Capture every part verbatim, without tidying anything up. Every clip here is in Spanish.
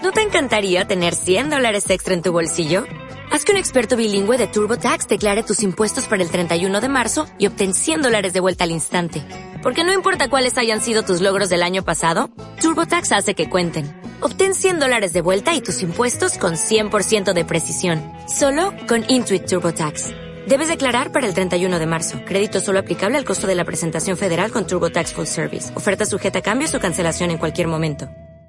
¿No te encantaría tener cien dólares extra en tu bolsillo? Haz que un experto bilingüe de TurboTax declare tus impuestos para el treinta y uno de marzo y obtén cien dólares de vuelta al instante. Porque no importa cuáles hayan sido tus logros del año pasado, TurboTax hace que cuenten. Obtén cien dólares de vuelta y tus impuestos con cien por ciento de precisión. Solo con Intuit TurboTax. Debes declarar para el treinta y uno de marzo. Crédito solo aplicable al costo de la presentación federal con TurboTax Full Service. Oferta sujeta a cambios o cancelación en cualquier momento.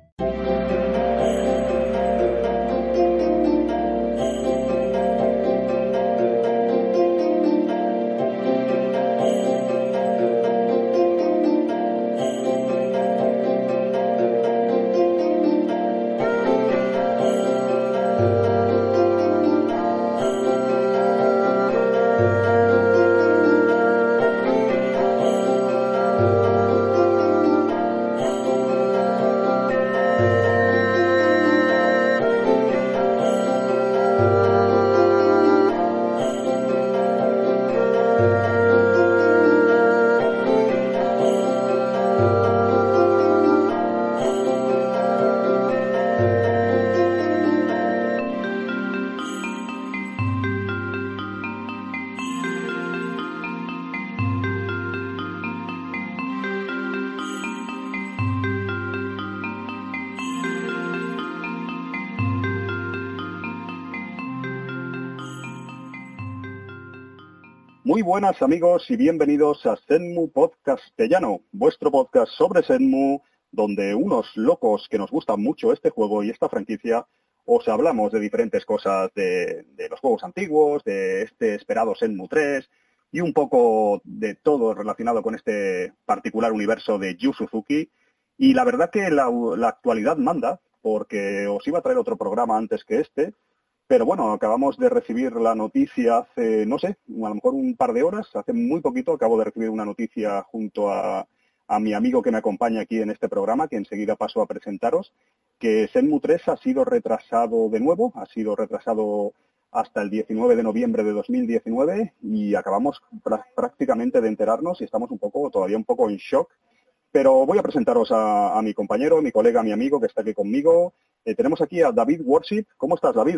Muy buenas amigos y bienvenidos a Shenmue Podcastellano, vuestro podcast sobre Shenmue, donde unos locos que nos gustan mucho este juego y esta franquicia, os hablamos de diferentes cosas de, de los juegos antiguos, de este esperado Shenmue tres y un poco de todo relacionado con este particular universo de Yu Suzuki. Y la verdad que la, la actualidad manda, porque os iba a traer otro programa antes que este, pero bueno, acabamos de recibir la noticia hace, no sé, a lo mejor un par de horas, hace muy poquito acabo de recibir una noticia junto a, a mi amigo que me acompaña aquí en este programa, que enseguida paso a presentaros, que Shenmue tres ha sido retrasado de nuevo, ha sido retrasado hasta el diecinueve de noviembre de dos mil diecinueve y acabamos pr- prácticamente de enterarnos y estamos un poco, todavía un poco en shock. Pero voy a presentaros a, a mi compañero, mi colega, mi amigo que está aquí conmigo. Eh, tenemos aquí a David Worship. ¿Cómo estás, David?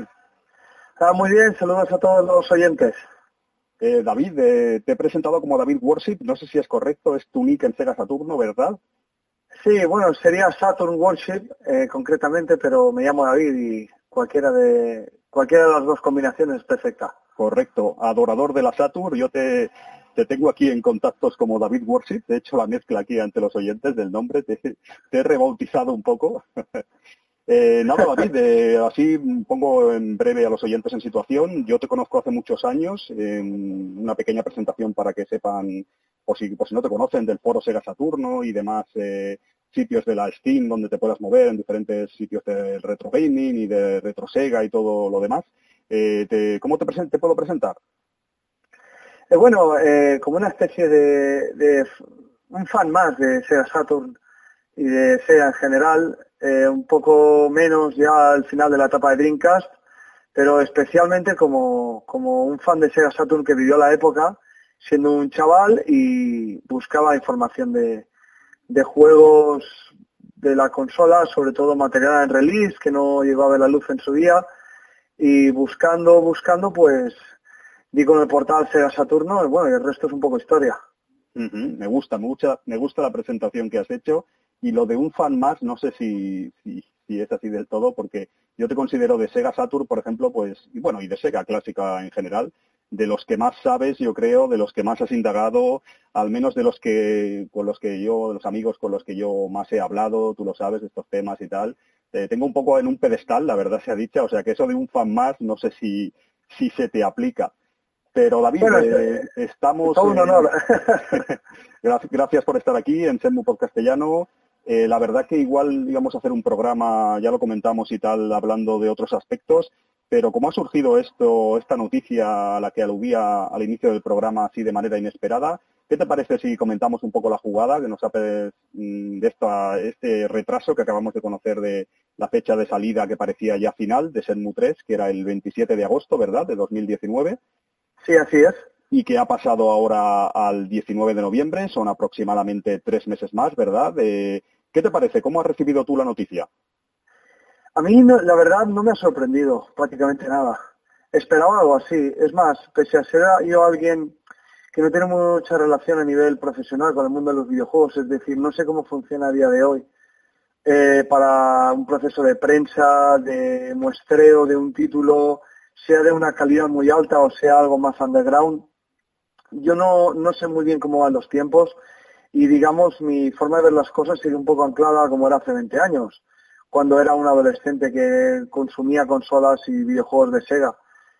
Ah, muy bien, saludos a todos los oyentes. Eh, David, eh, te he presentado como David Worship, no sé si es correcto, es tu nick en Sega Saturno, ¿verdad? Sí, bueno, sería Saturn Worship eh, concretamente, pero me llamo David y cualquiera de cualquiera de las dos combinaciones es perfecta. Correcto, adorador de la Saturn, yo te, te tengo aquí en contactos como David Worship, de hecho la mezcla aquí ante los oyentes del nombre, te, te he rebautizado un poco. Eh, nada, David, eh, así pongo en breve a los oyentes en situación. Yo te conozco hace muchos años, en una pequeña presentación para que sepan, por si, por si no te conocen, del foro Sega Saturno y demás eh, sitios de la Steam donde te puedas mover en diferentes sitios de retro gaming y de retro Sega y todo lo demás. Eh, te, ¿Cómo te, present, te puedo presentar? Eh, bueno, eh, como una especie de, de un fan más de Sega Saturn y de Sega en general, eh, un poco menos ya al final de la etapa de Dreamcast, pero especialmente como, como un fan de Sega Saturn que vivió la época, siendo un chaval y buscaba información de, de juegos de la consola, sobre todo material en release que no llegó a ver la luz en su día, y buscando, buscando, pues di con el portal Sega Saturno y bueno, y el resto es un poco historia. Uh-huh. Me gusta, me gusta, me gusta la presentación que has hecho. Y lo de un fan más, no sé si, si, si es así del todo, porque yo te considero de Sega Saturn, por ejemplo, pues, y bueno, y de Sega clásica en general, de los que más sabes, yo creo, de los que más has indagado, al menos de los que, con los que yo, los amigos con los que yo más he hablado, tú lo sabes, de estos temas y tal. Eh, tengo un poco en un pedestal, la verdad sea dicha, o sea que eso de un fan más, no sé si, si se te aplica. Pero David, bueno, eh, estamos... Todo un honor. Eh, gracias por estar aquí en Shenmue Podcastellano. Eh, la verdad que igual íbamos a hacer un programa, ya lo comentamos y tal, hablando de otros aspectos, pero como ha surgido esto, esta noticia a la que aludía al inicio del programa así de manera inesperada, ¿qué te parece si comentamos un poco la jugada que nos hace de esta, este retraso que acabamos de conocer de la fecha de salida que parecía ya final de Shenmue tres, que era el veintisiete de agosto, ¿verdad?, de dos mil diecinueve? Sí, así es. Y que ha pasado ahora al diecinueve de noviembre, son aproximadamente tres meses más, ¿verdad? Eh, ¿Qué te parece? ¿Cómo has recibido tú la noticia? A mí, no, la verdad, no me ha sorprendido prácticamente nada. Esperaba algo así. Es más, pese a ser yo alguien que no tiene mucha relación a nivel profesional con el mundo de los videojuegos, es decir, no sé cómo funciona a día de hoy eh, para un proceso de prensa, de muestreo de un título, sea de una calidad muy alta o sea algo más underground. Yo no, no sé muy bien cómo van los tiempos y, digamos, mi forma de ver las cosas sigue un poco anclada a como era hace veinte años, cuando era un adolescente que consumía consolas y videojuegos de Sega.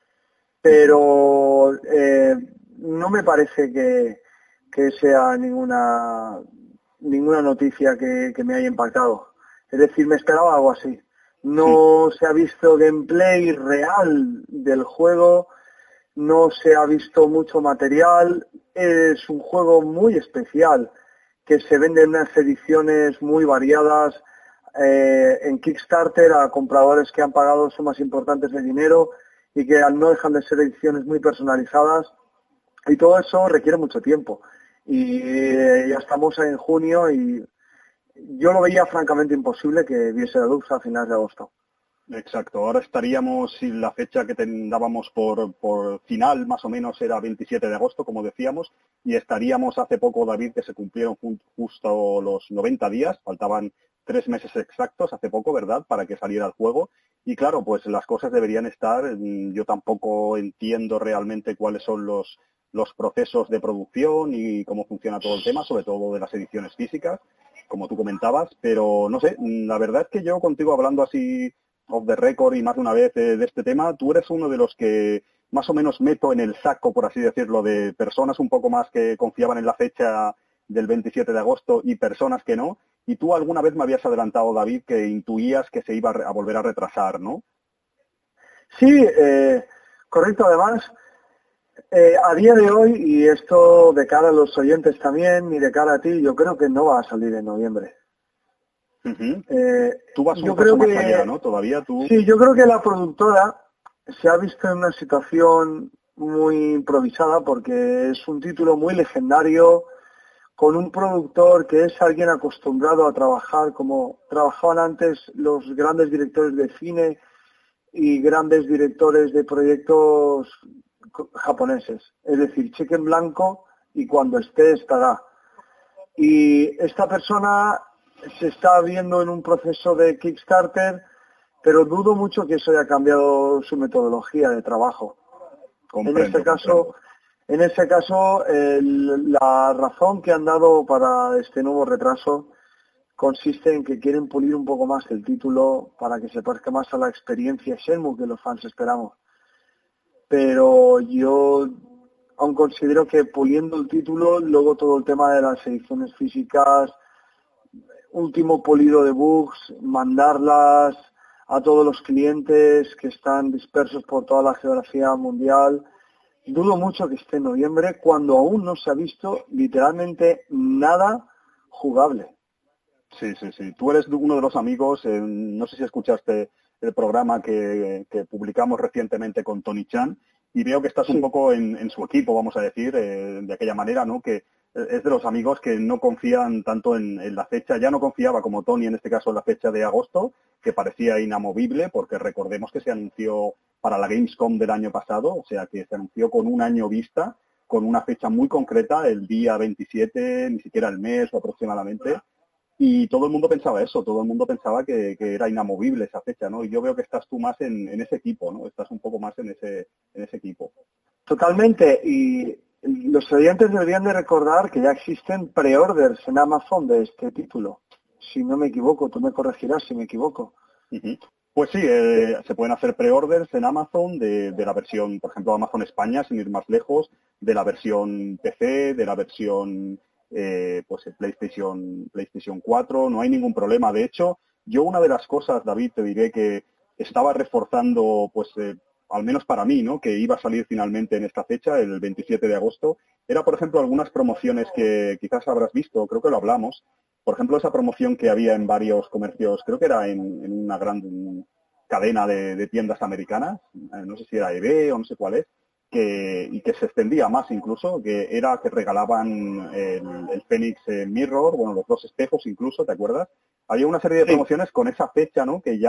Pero eh, no me parece que, que sea ninguna ninguna noticia que, que me haya impactado. Es decir, me esperaba algo así. No se ha visto gameplay real del juego, no se ha visto mucho material. Es un juego muy especial que se vende en unas ediciones muy variadas eh, en Kickstarter a compradores que han pagado sumas importantes de dinero y que no dejan de ser ediciones muy personalizadas, y todo eso requiere mucho tiempo. Y eh, ya estamos en junio y yo lo veía francamente imposible que viese la luz a finales de agosto. Exacto, ahora estaríamos, si la fecha que dábamos por, por final más o menos era veintisiete de agosto, como decíamos, y estaríamos hace poco, David, que se cumplieron justo los noventa días, faltaban tres meses exactos, hace poco, ¿verdad?, para que saliera el juego. Y claro, pues las cosas deberían estar, yo tampoco entiendo realmente cuáles son los, los procesos de producción y cómo funciona todo el tema, sobre todo de las ediciones físicas, como tú comentabas, pero no sé, la verdad es que yo contigo hablando así off the record y más de una vez eh, de este tema, tú eres uno de los que más o menos meto en el saco, por así decirlo, de personas un poco más que confiaban en la fecha del veintisiete de agosto y personas que no. Y tú alguna vez me habías adelantado, David, que intuías que se iba a volver a retrasar, ¿no? Sí, eh, correcto. Además, eh, a día de hoy, y esto de cara a los oyentes también y de cara a ti, yo creo que no va a salir en noviembre. Uh-huh. Eh, tú vas un yo paso creo más que, allá, ¿no? Todavía tú... Sí, yo creo que la productora se ha visto en una situación muy improvisada porque es un título muy legendario, con un productor que es alguien acostumbrado a trabajar como trabajaban antes los grandes directores de cine y grandes directores de proyectos japoneses. Es decir, cheque en blanco y cuando esté estará. Y esta persona se está viendo en un proceso de Kickstarter, pero dudo mucho que eso haya cambiado su metodología de trabajo. Comprendo, en este caso, en ese caso, el, la razón que han dado para este nuevo retraso consiste en que quieren pulir un poco más el título para que se parezca más a la experiencia Shenmue que los fans esperamos. Pero yo aún considero que puliendo el título, luego todo el tema de las ediciones físicas, último pulido de bugs, mandarlas a todos los clientes que están dispersos por toda la geografía mundial. Dudo mucho que esté en noviembre cuando aún no se ha visto literalmente nada jugable. Sí, sí, sí. Tú eres uno de los amigos, eh, no sé si escuchaste el programa que, que publicamos recientemente con Tony Chan, y veo que estás sí. un poco en, en su equipo, vamos a decir, eh, de aquella manera, ¿no? Que es de los amigos que no confían tanto en, en la fecha, ya no confiaba como Tony en este caso en la fecha de agosto, que parecía inamovible, porque recordemos que se anunció para la Gamescom del año pasado, o sea que se anunció con un año vista, con una fecha muy concreta, el día veintisiete, ni siquiera el mes o aproximadamente, y todo el mundo pensaba eso, todo el mundo pensaba que, que era inamovible esa fecha, ¿no? Y yo veo que estás tú más en, en ese equipo, ¿no? Estás un poco más en ese, en ese equipo. Totalmente, y los oyentes deberían de recordar que ya existen pre-orders en Amazon de este título. Si no me equivoco, tú me corregirás si me equivoco. Uh-huh. Pues sí, eh, se pueden hacer pre-orders en Amazon de, de la versión, por ejemplo, Amazon España, sin ir más lejos, de la versión P C, de la versión eh, pues PlayStation, PlayStation cuatro, no hay ningún problema. De hecho, yo una de las cosas, David, te diré que estaba reforzando, pues eh, al menos para mí, ¿no?, que iba a salir finalmente en esta fecha, el veintisiete de agosto, era, por ejemplo, algunas promociones que quizás habrás visto, creo que lo hablamos. Por ejemplo, esa promoción que había en varios comercios, creo que era en, en una gran cadena de, de tiendas americanas, eh, no sé si era E B o no sé cuál es, que, y que se extendía más incluso, que era que regalaban el, el Phoenix Mirror, bueno, los dos espejos incluso, ¿te acuerdas? Había una serie de promociones con esa fecha, ¿no?, que ya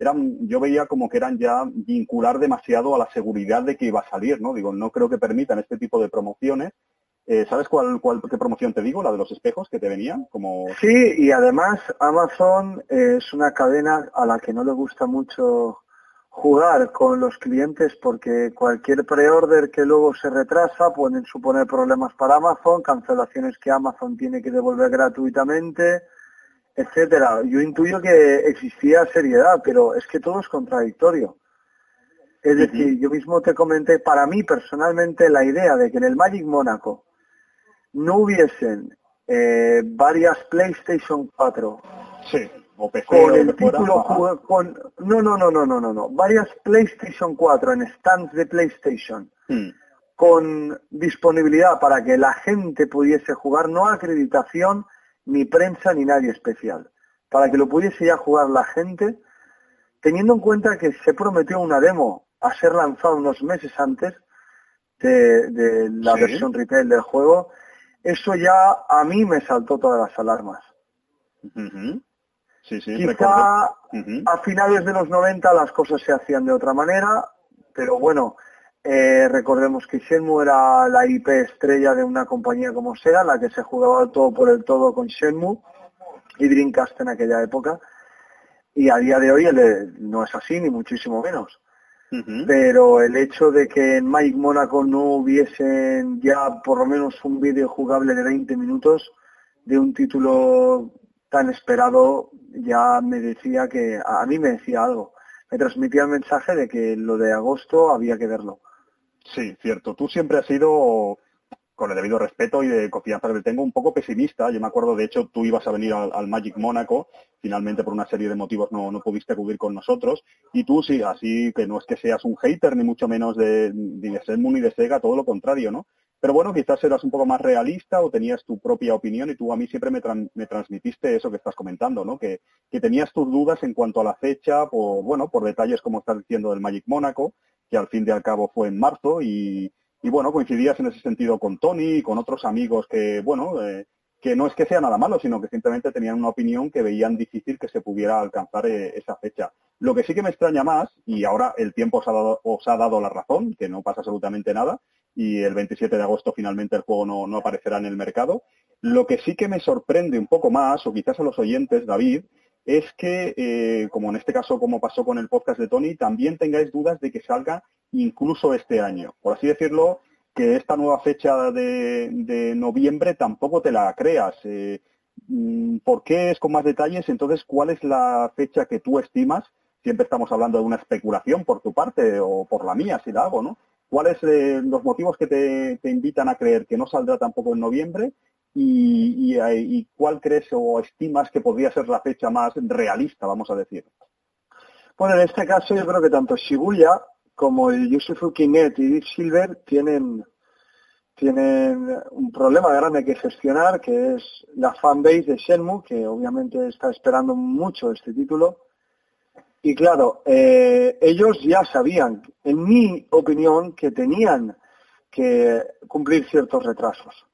eran, yo veía como que eran ya vincular demasiado a la seguridad de que iba a salir, ¿no? Digo, no creo que permitan este tipo de promociones. Eh, ¿Sabes cuál, cuál, qué promoción te digo? La de los espejos que te venían. Como... Sí, y además Amazon es una cadena a la que no le gusta mucho jugar con los clientes porque cualquier pre-order que luego se retrasa pueden suponer problemas para Amazon, cancelaciones que Amazon tiene que devolver gratuitamente, etcétera. Yo intuyo que existía seriedad, pero es que todo es contradictorio. Es decir, yo mismo te comenté, para mí personalmente la idea de que en el Magic Mónaco no hubiesen eh, varias PlayStation cuatro sí, o P C con o el fuera, título jug- con no no no no no no no varias PlayStation cuatro en stands de PlayStation hmm. con disponibilidad para que la gente pudiese jugar, no acreditación ni prensa ni nadie especial, para que lo pudiese ya jugar la gente, teniendo en cuenta que se prometió una demo a ser lanzada unos meses antes de, de la sí. versión retail del juego. Eso ya a mí me saltó todas las alarmas. Uh-huh. Sí, sí, Quizá uh-huh. a finales de los noventa las cosas se hacían de otra manera, pero bueno, eh, recordemos que Shenmue era la I P estrella de una compañía como Sega, la que se jugaba todo por el todo con Shenmue y Dreamcast en aquella época, y a día de hoy el, no es así, ni muchísimo menos. Uh-huh. Pero el hecho de que en Magic Mónaco no hubiesen ya por lo menos un vídeo jugable de veinte minutos de un título tan esperado ya me decía que, a mí me decía algo, me transmitía el mensaje de que lo de agosto había que verlo. Sí, cierto. Tú siempre has sido, con el debido respeto y de confianza que le tengo, un poco pesimista. Yo me acuerdo, de hecho, tú ibas a venir al, al Magic Mónaco, finalmente por una serie de motivos no, no pudiste acudir con nosotros, y tú sí, así que no es que seas un hater, ni mucho menos de, ni de Shenmue ni de Sega, todo lo contrario, ¿no? Pero bueno, quizás eras un poco más realista o tenías tu propia opinión y tú a mí siempre me, tran- me transmitiste eso que estás comentando, ¿no? Que, que tenías tus dudas en cuanto a la fecha, por, bueno, por detalles como estás diciendo del Magic Mónaco, que al fin y al cabo fue en marzo y, y bueno, coincidías en ese sentido con Tony y con otros amigos que, bueno, eh, que no es que sea nada malo, sino que simplemente tenían una opinión que veían difícil que se pudiera alcanzar eh, esa fecha. Lo que sí que me extraña más, y ahora el tiempo os ha, dado, os ha dado la razón, que no pasa absolutamente nada, y el veintisiete de agosto finalmente el juego no, no aparecerá en el mercado. Lo que sí que me sorprende un poco más, o quizás a los oyentes, David, es que, eh, como en este caso, como pasó con el podcast de Tony, también tengáis dudas de que salga incluso este año. Por así decirlo, que esta nueva fecha de, de noviembre tampoco te la creas. Eh, ¿Por qué es con más detalles? Entonces, ¿cuál es la fecha que tú estimas? Siempre estamos hablando de una especulación por tu parte o por la mía, si la hago, ¿no? ¿Cuáles eh, los motivos que te, te invitan a creer que no saldrá tampoco en noviembre? Y, y, y cuál crees o estimas que podría ser la fecha más realista, vamos a decir. Bueno, en este caso yo creo que tanto Shibuya como el Yusufuki Net y Deep Silver tienen, tienen un problema grande que gestionar, que es la fanbase de Shenmue, que obviamente está esperando mucho este título. Y claro, eh, ellos ya sabían, en mi opinión, que tenían que cumplir ciertos retrasos.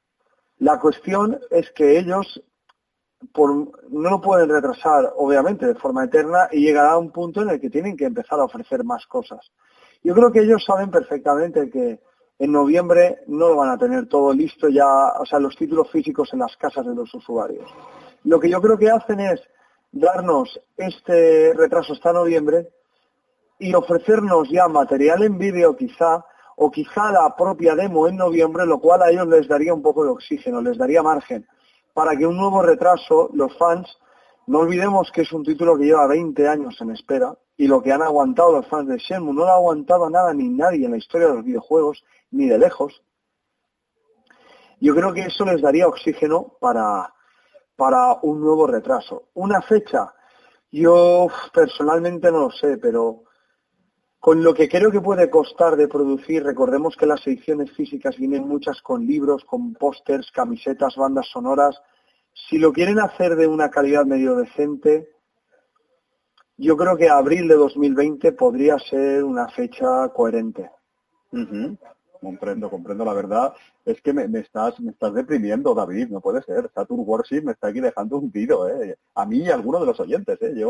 La cuestión es que ellos por, no lo pueden retrasar, obviamente, de forma eterna y llegará a un punto en el que tienen que empezar a ofrecer más cosas. Yo creo que ellos saben perfectamente que en noviembre no lo van a tener todo listo ya, o sea, los títulos físicos en las casas de los usuarios. Lo que yo creo que hacen es darnos este retraso hasta noviembre y ofrecernos ya material en vídeo quizá, o quizá la propia demo en noviembre, lo cual a ellos les daría un poco de oxígeno, les daría margen para que un nuevo retraso, los fans, no olvidemos que es un título que lleva veinte años en espera, y lo que han aguantado los fans de Shenmue no lo ha aguantado nada ni nadie en la historia de los videojuegos, ni de lejos. Yo creo que eso les daría oxígeno para, para un nuevo retraso. Una fecha, yo personalmente no lo sé, pero con lo que creo que puede costar de producir, recordemos que las ediciones físicas vienen muchas con libros, con pósters, camisetas, bandas sonoras. Si lo quieren hacer de una calidad medio decente, yo creo que abril de dos mil veinte podría ser una fecha coherente. Uh-huh. Comprendo, comprendo. La verdad es que me, me estás me estás deprimiendo, David. No puede ser. Saturn Worship me está aquí dejando hundido, ¿eh? A mí y a algunos de los oyentes, ¿eh? Yo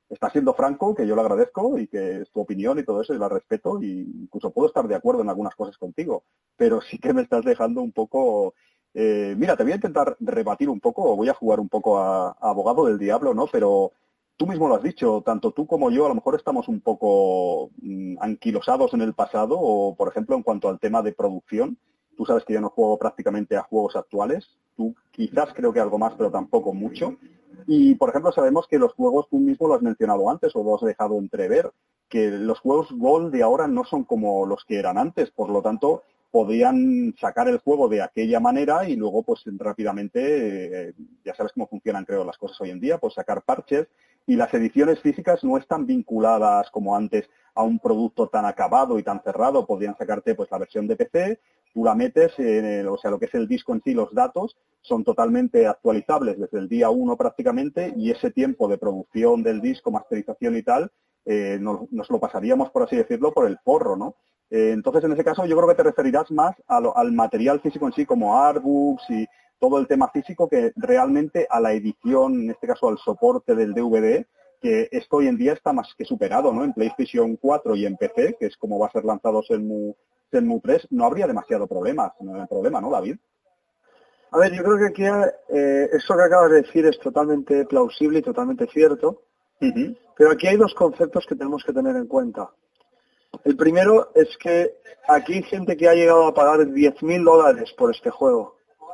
estás siendo franco, que yo lo agradezco y que es tu opinión y todo eso y la respeto, y incluso puedo estar de acuerdo en algunas cosas contigo, pero sí que me estás dejando un poco... Eh, mira, te voy a intentar rebatir un poco, o voy a jugar un poco a, a abogado del diablo, ¿no? Pero tú mismo lo has dicho, tanto tú como yo a lo mejor estamos un poco mm, anquilosados en el pasado, o por ejemplo en cuanto al tema de producción. Tú sabes que yo no juego prácticamente a juegos actuales, tú quizás creo que algo más, pero tampoco mucho. Y por ejemplo sabemos que los juegos, tú mismo lo has mencionado antes o lo has dejado entrever, que los juegos Gold de ahora no son como los que eran antes, por lo tanto podían sacar el juego de aquella manera y luego pues rápidamente, eh, ya sabes cómo funcionan creo las cosas hoy en día, pues sacar parches, y las ediciones físicas no están vinculadas como antes a un producto tan acabado y tan cerrado. Podían sacarte pues la versión de P C, tú la metes, en el, o sea, lo que es el disco en sí, los datos son totalmente actualizables desde el día uno prácticamente, y ese tiempo de producción del disco, masterización y tal, eh, nos, nos lo pasaríamos, por así decirlo, por el forro, ¿no? Eh, entonces, en ese caso, yo creo que te referirás más a lo, al material físico en sí, como artbooks y todo el tema físico, que realmente a la edición, en este caso al soporte del D V D, que esto hoy en día está más que superado, ¿no? En PlayStation cuatro y en P C, que es como va a ser lanzado Shenmue, Shenmue tres, no habría demasiado problema, no, problema, ¿no, David? A ver, yo creo que aquí eh, eso que acabas de decir es totalmente plausible y totalmente cierto, uh-huh. Pero aquí hay dos conceptos que tenemos que tener en cuenta. El primero es que aquí hay gente que ha llegado a pagar diez mil dólares por este juego,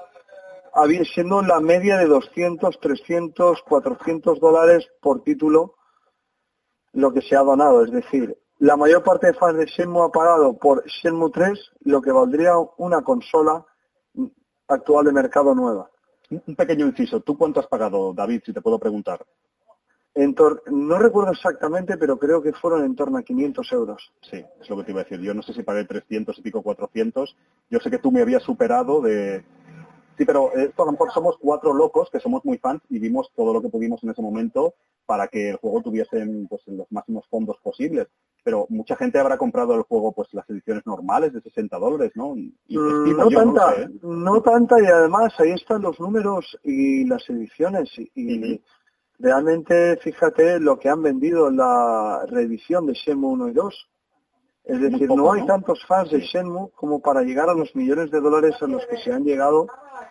siendo la media de doscientos, trescientos, cuatrocientos dólares por título lo que se ha donado. Es decir, la mayor parte de fans de Shenmue ha pagado por Shenmue tres lo que valdría una consola actual de mercado nueva. Un pequeño inciso, ¿tú cuánto has pagado, David, si te puedo preguntar? En tor- no recuerdo exactamente, pero creo que fueron en torno a quinientos euros. Sí, es lo que te iba a decir. Yo no sé si pagué trescientos y pico, cuatrocientos. Yo sé que tú me habías superado de... Sí, pero esto a lo mejor somos cuatro locos que somos muy fans y vimos todo lo que pudimos en ese momento para que el juego tuviese pues, los máximos fondos posibles. Pero mucha gente habrá comprado el juego, pues las ediciones normales de sesenta dólares, ¿no? Y mm, no yo, tanta, no, sé, ¿eh? no tanta, y además ahí están los números y las ediciones. Y, y uh-huh. Realmente, fíjate lo que han vendido en la reedición de Shenmue uno y dos. Es decir, poco, no hay ¿no? tantos fans sí. de Shenmue como para llegar a los millones de dólares a los que se han llegado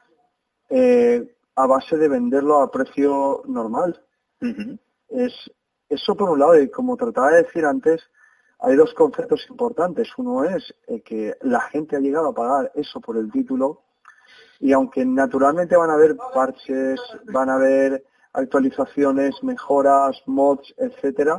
eh, a base de venderlo a precio normal. Uh-huh. Es eso por un lado, y como trataba de decir antes, hay dos conceptos importantes. Uno es eh, que la gente ha llegado a pagar eso por el título, y aunque naturalmente van a haber parches, van a haber actualizaciones, mejoras, mods, etcétera,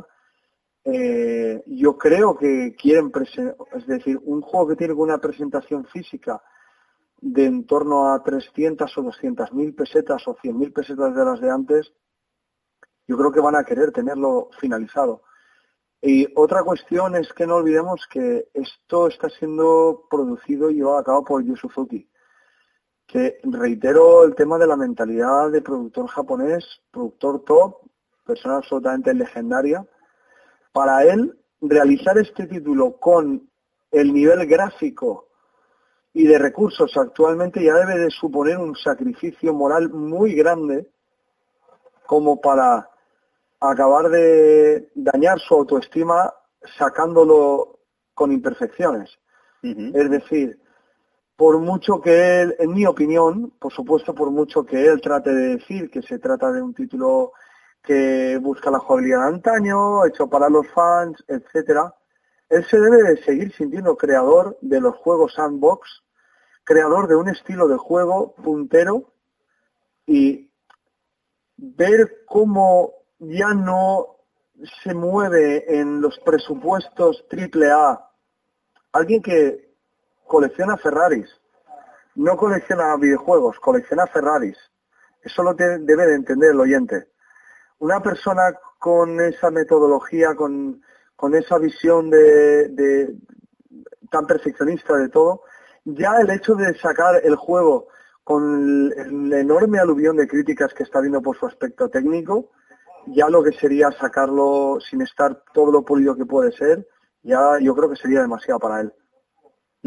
Eh, yo creo que quieren, presen- es decir, un juego que tiene una presentación física de en torno a trescientas o doscientas mil pesetas o cien mil pesetas de las de antes, yo creo que van a querer tenerlo finalizado. Y otra cuestión es que no olvidemos que esto está siendo producido y llevado a cabo por Yu Suzuki, que reitero el tema de la mentalidad de productor japonés, productor top, persona absolutamente legendaria. Para él, realizar este título con el nivel gráfico y de recursos actualmente ya debe de suponer un sacrificio moral muy grande como para acabar de dañar su autoestima sacándolo con imperfecciones. Uh-huh. Es decir, por mucho que él, en mi opinión, por supuesto, por mucho que él trate de decir que se trata de un título que busca la jugabilidad de antaño, hecho para los fans, etcétera, él se debe de seguir sintiendo creador de los juegos sandbox, creador de un estilo de juego puntero, y ver cómo ya no se mueve en los presupuestos triple A alguien que colecciona Ferraris, no colecciona videojuegos, colecciona Ferraris. Eso lo te, debe de entender el oyente. Una persona con esa metodología, con, con esa visión de, de tan perfeccionista de todo, ya el hecho de sacar el juego con el, el enorme aluvión de críticas que está viendo por su aspecto técnico, ya lo que sería sacarlo sin estar todo lo pulido que puede ser, ya yo creo que sería demasiado para él. Uh-huh.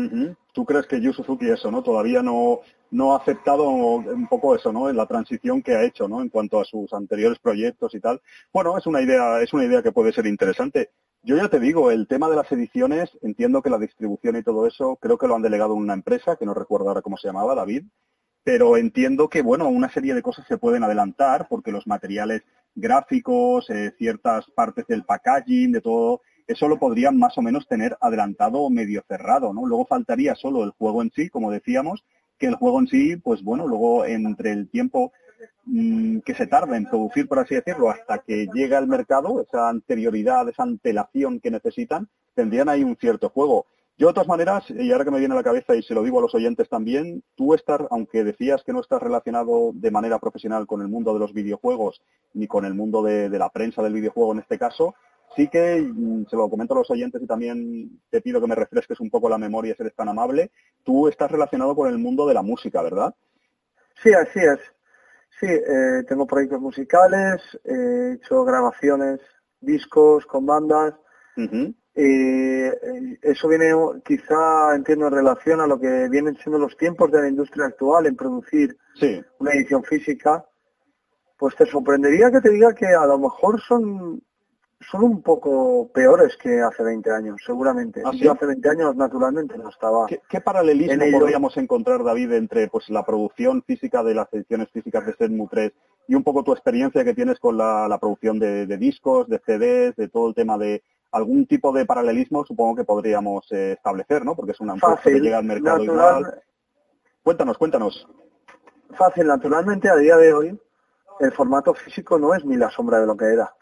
¿Tú crees que Yu Suzuki eso, ¿no? Todavía no, no ha aceptado un poco eso, ¿no? En la transición que ha hecho, ¿no? En cuanto a sus anteriores proyectos y tal. Bueno, es una idea, es una idea que puede ser interesante. Yo ya te digo, el tema de las ediciones, entiendo que la distribución y todo eso, creo que lo han delegado a una empresa, que no recuerdo ahora cómo se llamaba, David, pero entiendo que, bueno, una serie de cosas se pueden adelantar porque los materiales gráficos, eh, ciertas partes del packaging, de todo, eso lo podrían más o menos tener adelantado o medio cerrado, ¿no? Luego faltaría solo el juego en sí, como decíamos, que el juego en sí, pues bueno, luego entre el tiempo mmm, que se tarda en producir, por así decirlo, hasta que llega al mercado, esa anterioridad, esa antelación que necesitan, tendrían ahí un cierto juego. Yo, de todas maneras, y ahora que me viene a la cabeza y se lo digo a los oyentes también, tú estás, aunque decías que no estás relacionado de manera profesional con el mundo de los videojuegos, ni con el mundo de, de la prensa del videojuego en este caso, sí que, se lo comento a los oyentes y también te pido que me refresques un poco la memoria si eres tan amable, tú estás relacionado con el mundo de la música, ¿verdad? Sí, así es. Sí, eh, tengo proyectos musicales, he hecho grabaciones, discos con bandas. Uh-huh. Y eso viene, quizá, entiendo, en relación a lo que vienen siendo los tiempos de la industria actual en producir sí. una edición física. Pues te sorprendería que te diga que a lo mejor son son un poco peores que hace veinte años, seguramente. ¿Ah, sí? Yo hace veinte años, naturalmente, no estaba. ¿Qué, qué paralelismo podríamos encontrar, David, entre pues la producción física de las ediciones físicas de Shenmue tres y un poco tu experiencia que tienes con la, la producción de, de discos, de C Ds, de todo el tema de algún tipo de paralelismo, supongo que podríamos eh, establecer, ¿no? Porque es una empresa que llega al mercado natural, igual. Cuéntanos, cuéntanos. Fácil, naturalmente, a día de hoy, el formato físico no es ni la sombra de lo que era.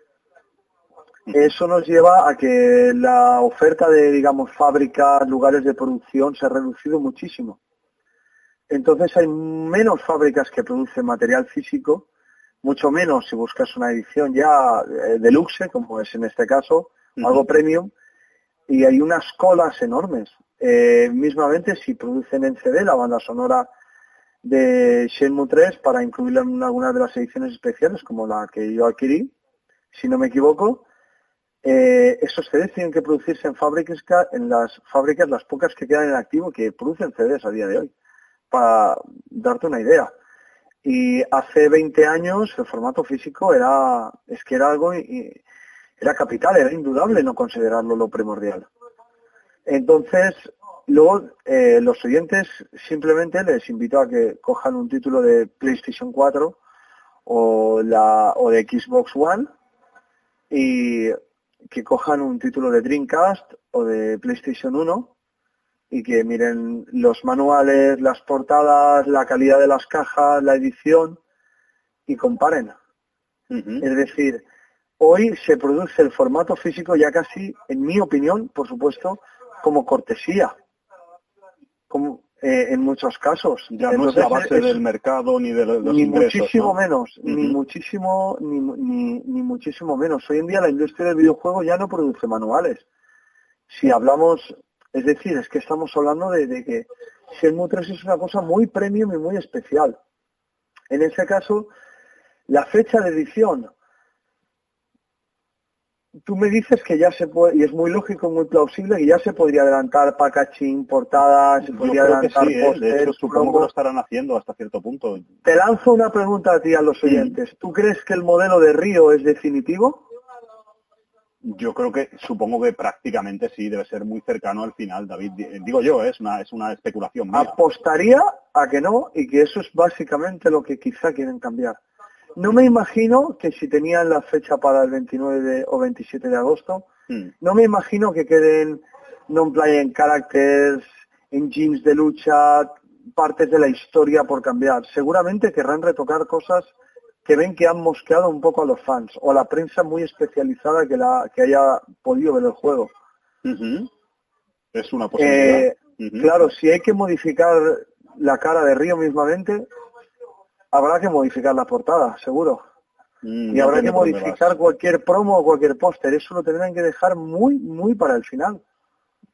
Eso nos lleva a que la oferta de, digamos, fábricas, lugares de producción se ha reducido muchísimo. Entonces hay menos fábricas que producen material físico, mucho menos si buscas una edición ya eh, deluxe, como es en este caso, uh-huh. algo premium, y hay unas colas enormes. Eh, mismamente si producen en C D la banda sonora de Shenmue tres para incluirla en algunas de las ediciones especiales, como la que yo adquirí, si no me equivoco, Eh, esos C Ds tienen que producirse en fábricas, en las fábricas, las pocas que quedan en activo, que producen C Ds a día de hoy, para darte una idea. Y hace veinte años el formato físico era, es que era algo, era capital, era indudable no considerarlo lo primordial. Entonces, luego eh, los oyentes simplemente les invito a que cojan un título de PlayStation cuatro o, la, o de Xbox One y que cojan un título de Dreamcast o de PlayStation uno y que miren los manuales, las portadas, la calidad de las cajas, la edición y comparen. Uh-huh. Es decir, hoy se produce el formato físico ya casi, en mi opinión, por supuesto, como cortesía. Como, eh, en muchos casos. Ya Entonces, no es la base es, del mercado ni de los ni ingresos, muchísimo ¿no? menos, uh-huh. ni muchísimo, ni, ni, ni muchísimo menos. Hoy en día la industria del videojuego ya no produce manuales. Si hablamos, es decir, es que estamos hablando de, de que Shenmue tres es una cosa muy premium y muy especial. En ese caso, la fecha de edición, tú me dices que ya se puede, y es muy lógico, muy plausible, que ya se podría adelantar packaging, portadas, se podría adelantar sí, ¿eh? pósters, de hecho, supongo que lo estarán haciendo hasta cierto punto. Te lanzo una pregunta a ti, a los oyentes. ¿Tú crees que el modelo de Río es definitivo? Yo creo que, supongo que prácticamente sí, debe ser muy cercano al final, David. Digo yo, ¿eh? es una es una especulación mía. Apostaría a que no, y que eso es básicamente lo que quizá quieren cambiar. No me imagino que si tenían la fecha para el veintinueve de, o veintisiete de agosto, hmm. no me imagino que queden non-playing characters, engines de lucha, partes de la historia por cambiar. Seguramente querrán retocar cosas que ven que han mosqueado un poco a los fans o a la prensa muy especializada que, la, que haya podido ver el juego. Uh-huh. Es una posibilidad. Eh, uh-huh. Claro, si hay que modificar la cara de Río mismamente, habrá que modificar la portada, seguro. Mm, y habrá que modificar cualquier promo o cualquier póster. Eso lo tendrán que dejar muy, muy para el final.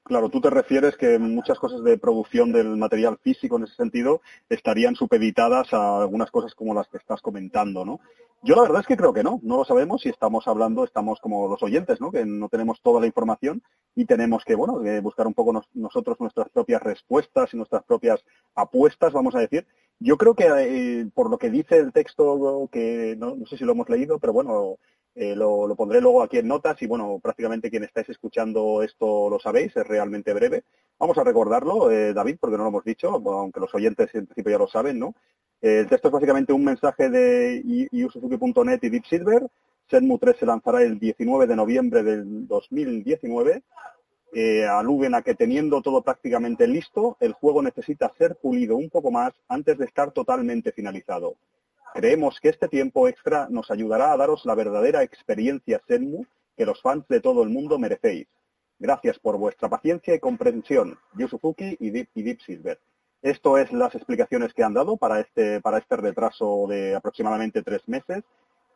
Claro, tú te refieres que muchas cosas de producción del material físico en ese sentido estarían supeditadas a algunas cosas como las que estás comentando, ¿no? Yo la verdad es que creo que no, no lo sabemos y estamos hablando, estamos como los oyentes, ¿no? Que no tenemos toda la información y tenemos que, bueno, que buscar un poco nos, nosotros nuestras propias respuestas y nuestras propias apuestas, vamos a decir. Yo creo que eh, por lo que dice el texto, que no, no sé si lo hemos leído, pero bueno, Eh, lo, lo pondré luego aquí en notas y, bueno, prácticamente quien estáis escuchando esto lo sabéis, es realmente breve. Vamos a recordarlo, eh, David, porque no lo hemos dicho, aunque los oyentes en principio ya lo saben, ¿no? Eh, el texto es básicamente un mensaje de yu suzuki punto net y Deep Silver. Shenmue tres se lanzará el diecinueve de noviembre del dos mil diecinueve. Eh, aluden a que teniendo todo prácticamente listo, el juego necesita ser pulido un poco más antes de estar totalmente finalizado. Creemos que este tiempo extra nos ayudará a daros la verdadera experiencia Shenmue que los fans de todo el mundo merecéis. Gracias por vuestra paciencia y comprensión, Yu Suzuki y Deep, y Deep Silver. Esto es las explicaciones que han dado para este, para este retraso de aproximadamente tres meses.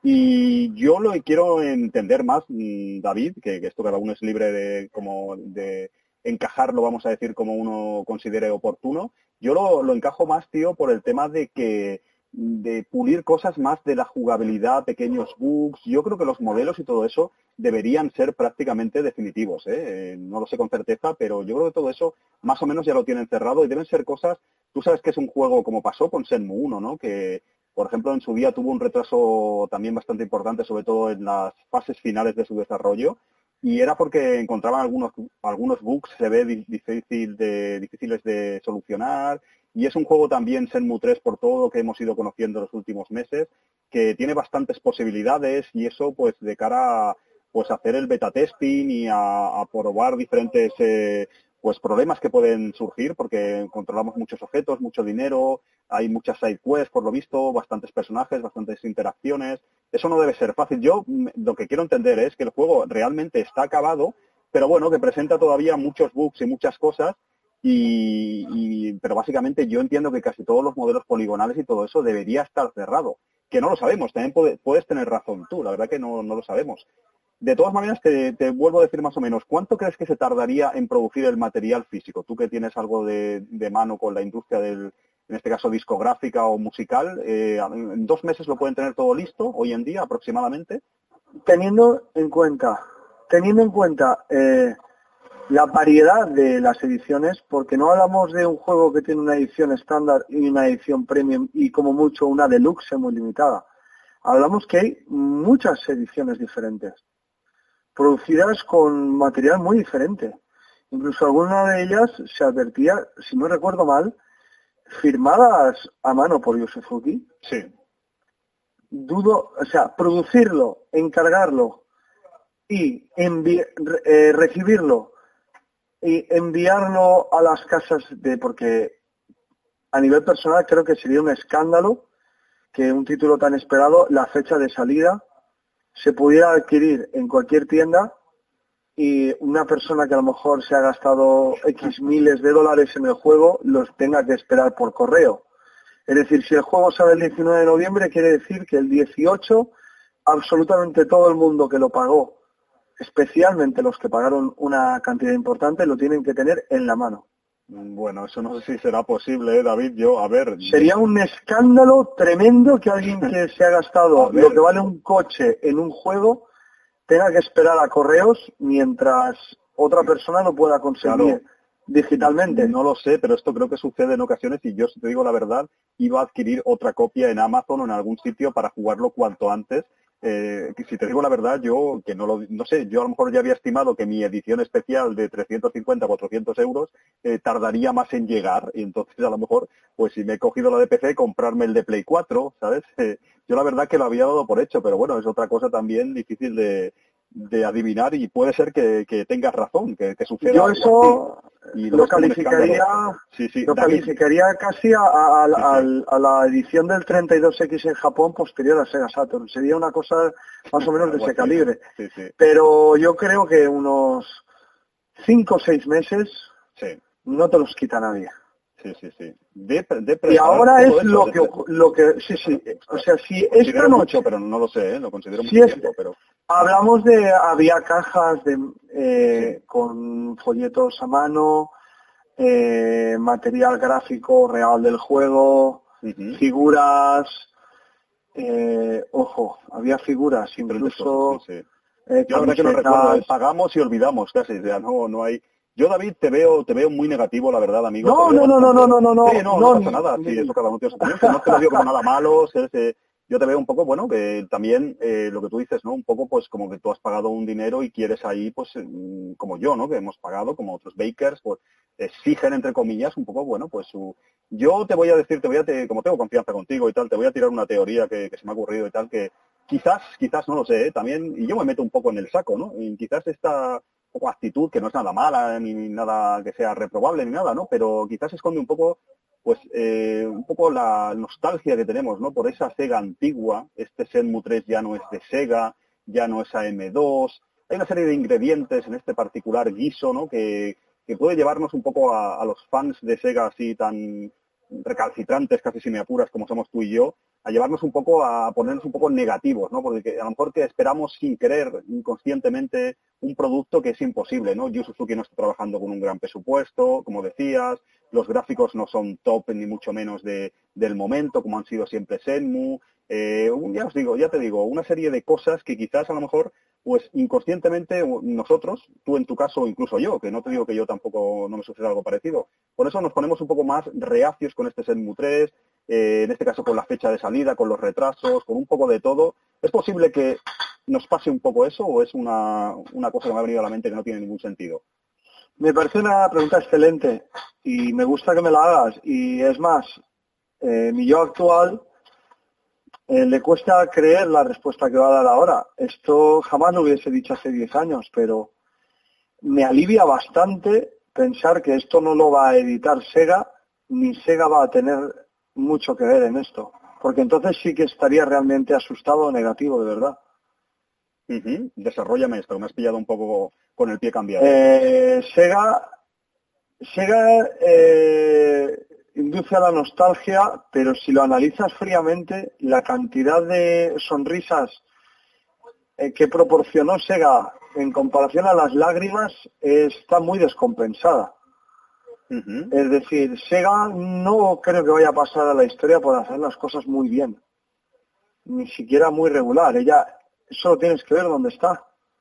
Y yo lo quiero entender más, David, que, que esto cada uno es libre de, como de encajarlo, vamos a decir, como uno considere oportuno. Yo lo, lo encajo más, tío, por el tema de que de pulir cosas más de la jugabilidad, pequeños bugs. Yo creo que los modelos y todo eso deberían ser prácticamente definitivos, ¿eh? Eh, no lo sé con certeza, pero yo creo que todo eso más o menos ya lo tienen cerrado y deben ser cosas. Tú sabes que es un juego como pasó con Shenmue uno, ¿no? Que, por ejemplo, en su día tuvo un retraso también bastante importante, sobre todo en las fases finales de su desarrollo, y era porque encontraban algunos algunos bugs, se ve difícil de, difíciles de solucionar. Y es un juego también, Shenmue tres, por todo lo que hemos ido conociendo en los últimos meses, que tiene bastantes posibilidades y eso, pues, de cara a pues, hacer el beta testing y a, a probar diferentes eh, pues problemas que pueden surgir, porque controlamos muchos objetos, mucho dinero, hay muchas side quests, por lo visto, bastantes personajes, bastantes interacciones. Eso no debe ser fácil. Yo lo que quiero entender es que el juego realmente está acabado, pero bueno, que presenta todavía muchos bugs y muchas cosas. Y, y, pero básicamente yo entiendo que casi todos los modelos poligonales y todo eso debería estar cerrado, que no lo sabemos, también puede, puedes tener razón tú, la verdad que no, no lo sabemos. De todas maneras, te, te vuelvo a decir más o menos, ¿cuánto crees que se tardaría en producir el material físico? Tú que tienes algo de, de mano con la industria del, en este caso discográfica o musical, eh, ¿en dos meses lo pueden tener todo listo hoy en día aproximadamente? Teniendo en cuenta, teniendo en cuenta eh, la variedad de las ediciones, porque no hablamos de un juego que tiene una edición estándar y una edición premium y como mucho una deluxe muy limitada. Hablamos que hay muchas ediciones diferentes, producidas con material muy diferente. Incluso alguna de ellas se advertía, si no recuerdo mal, firmadas a mano por Yu Suzuki. Sí. Dudo, o sea, producirlo, encargarlo y envi- eh, recibirlo y enviarlo a las casas de, porque a nivel personal creo que sería un escándalo que un título tan esperado, la fecha de salida, se pudiera adquirir en cualquier tienda y una persona que a lo mejor se ha gastado X miles de dólares en el juego los tenga que esperar por correo. Es decir, si el juego sale el diecinueve de noviembre, quiere decir que el dieciocho absolutamente todo el mundo que lo pagó, especialmente los que pagaron una cantidad importante, lo tienen que tener en la mano. Bueno, eso no sé si será posible, ¿eh, David? Yo, a ver... Sería un escándalo tremendo que alguien que se ha gastado lo que vale un coche en un juego tenga que esperar a correos mientras otra persona lo pueda conseguir. Claro. Digitalmente. No lo sé, pero esto creo que sucede en ocasiones y yo, si te digo la verdad, iba a adquirir otra copia en Amazon o en algún sitio para jugarlo cuanto antes. Eh, si te digo la verdad, yo, que no lo, no sé, yo a lo mejor ya había estimado que mi edición especial de trescientos cincuenta, cuatrocientos euros eh, tardaría más en llegar y entonces a lo mejor, pues si me he cogido la de P C, comprarme el de Play cuatro, ¿sabes? Eh, yo la verdad que lo había dado por hecho, pero bueno, es otra cosa también difícil de, de adivinar y puede ser que, que tengas razón, que, que suceda. Yo eso y lo, lo calificaría sí, sí, lo David. calificaría casi a, a, a, sí, sí. a, a la edición del treinta y dos equis en Japón posterior a Sega Saturn. Sería una cosa más o menos de ese calibre. Sí, sí. Pero yo creo que unos cinco o seis meses sí. no te los quita nadie. Sí, sí, sí. De, de y ahora es eso, lo de, que lo que sí, sí. O sea, si esta noche, mucho, pero no lo sé, ¿eh? Lo considero si mucho es, tiempo, pero hablamos de había cajas de eh, sí. con folletos a mano, eh, material gráfico real del juego, uh-huh. figuras, eh, ojo, había figuras, incluso... Sí, sí. Eh, Yo la verdad que no recuerdo, pagamos y olvidamos casi, o sea, no, no hay... Yo, David, te veo te veo muy negativo, la verdad, amigo. No, no, no, no, no, no, no, no, sí, no, no, no pasa nada, sí, eso cada uno tiene su opinión, que no te lo digo como nada malo, se, se, yo te veo un poco, bueno, que también eh, lo que tú dices, ¿no? Un poco, pues, como que tú has pagado un dinero y quieres ahí, pues, como yo, ¿no? Que hemos pagado, como otros bakers, pues, exigen, entre comillas, un poco, bueno, pues, su... Yo te voy a decir, te voy a, te, como tengo confianza contigo y tal, te voy a tirar una teoría que, que se me ha ocurrido y tal, que quizás, quizás, no lo sé, ¿eh? También, y yo me meto un poco en el saco, ¿no? Y quizás esta... poco actitud, que no es nada mala, ni nada que sea reprobable, ni nada, ¿no? Pero quizás esconde un poco, pues, eh, un poco la nostalgia que tenemos, ¿no? Por esa Sega antigua. Este Shenmue tres ya no es de Sega, ya no es A M dos. Hay una serie de ingredientes en este particular guiso, ¿no? Que, que puede llevarnos un poco a, a los fans de Sega así tan recalcitrantes, casi si me apuras, como somos tú y yo, a llevarnos un poco, a ponernos un poco negativos, ¿no? Porque a lo mejor que esperamos sin querer, inconscientemente, un producto que es imposible, ¿no? Yu Suzuki no está trabajando con un gran presupuesto, como decías, los gráficos no son top ni mucho menos de, del momento, como han sido siempre Shenmue, eh, ya os digo, ya te digo, una serie de cosas que quizás a lo mejor, pues inconscientemente nosotros, tú en tu caso, incluso yo, que no te digo que yo tampoco no me suceda algo parecido, por eso nos ponemos un poco más reacios con este Shenmue tres, eh, en este caso con la fecha de salida, con los retrasos, con un poco de todo. ¿Es posible que nos pase un poco eso o es una, una cosa que me ha venido a la mente que no tiene ningún sentido? Me parece una pregunta excelente y me gusta que me la hagas. Y es más, eh, mi yo actual eh, le cuesta creer la respuesta que va a dar ahora. Esto jamás lo hubiese dicho hace diez años, pero me alivia bastante pensar que esto no lo va a editar Sega, ni Sega va a tener mucho que ver en esto. Porque entonces sí que estaría realmente asustado o negativo, de verdad. Uh-huh. Desarróllame esto, me has pillado un poco con el pie cambiado. Eh, Sega, Sega eh, induce a la nostalgia, pero si lo analizas fríamente, la cantidad de sonrisas eh, que proporcionó Sega en comparación a las lágrimas eh, está muy descompensada. Uh-huh. Es decir, Sega no creo que vaya a pasar a la historia por hacer las cosas muy bien, ni siquiera muy regular. Ella solo tienes que ver dónde está.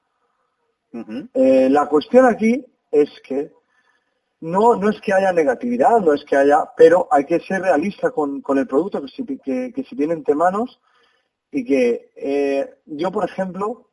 Uh-huh. Eh, la cuestión aquí es que no no es que haya negatividad, no es que haya, pero hay que ser realista con, con el producto que se, que, que se tiene entre manos y que eh, yo, por ejemplo,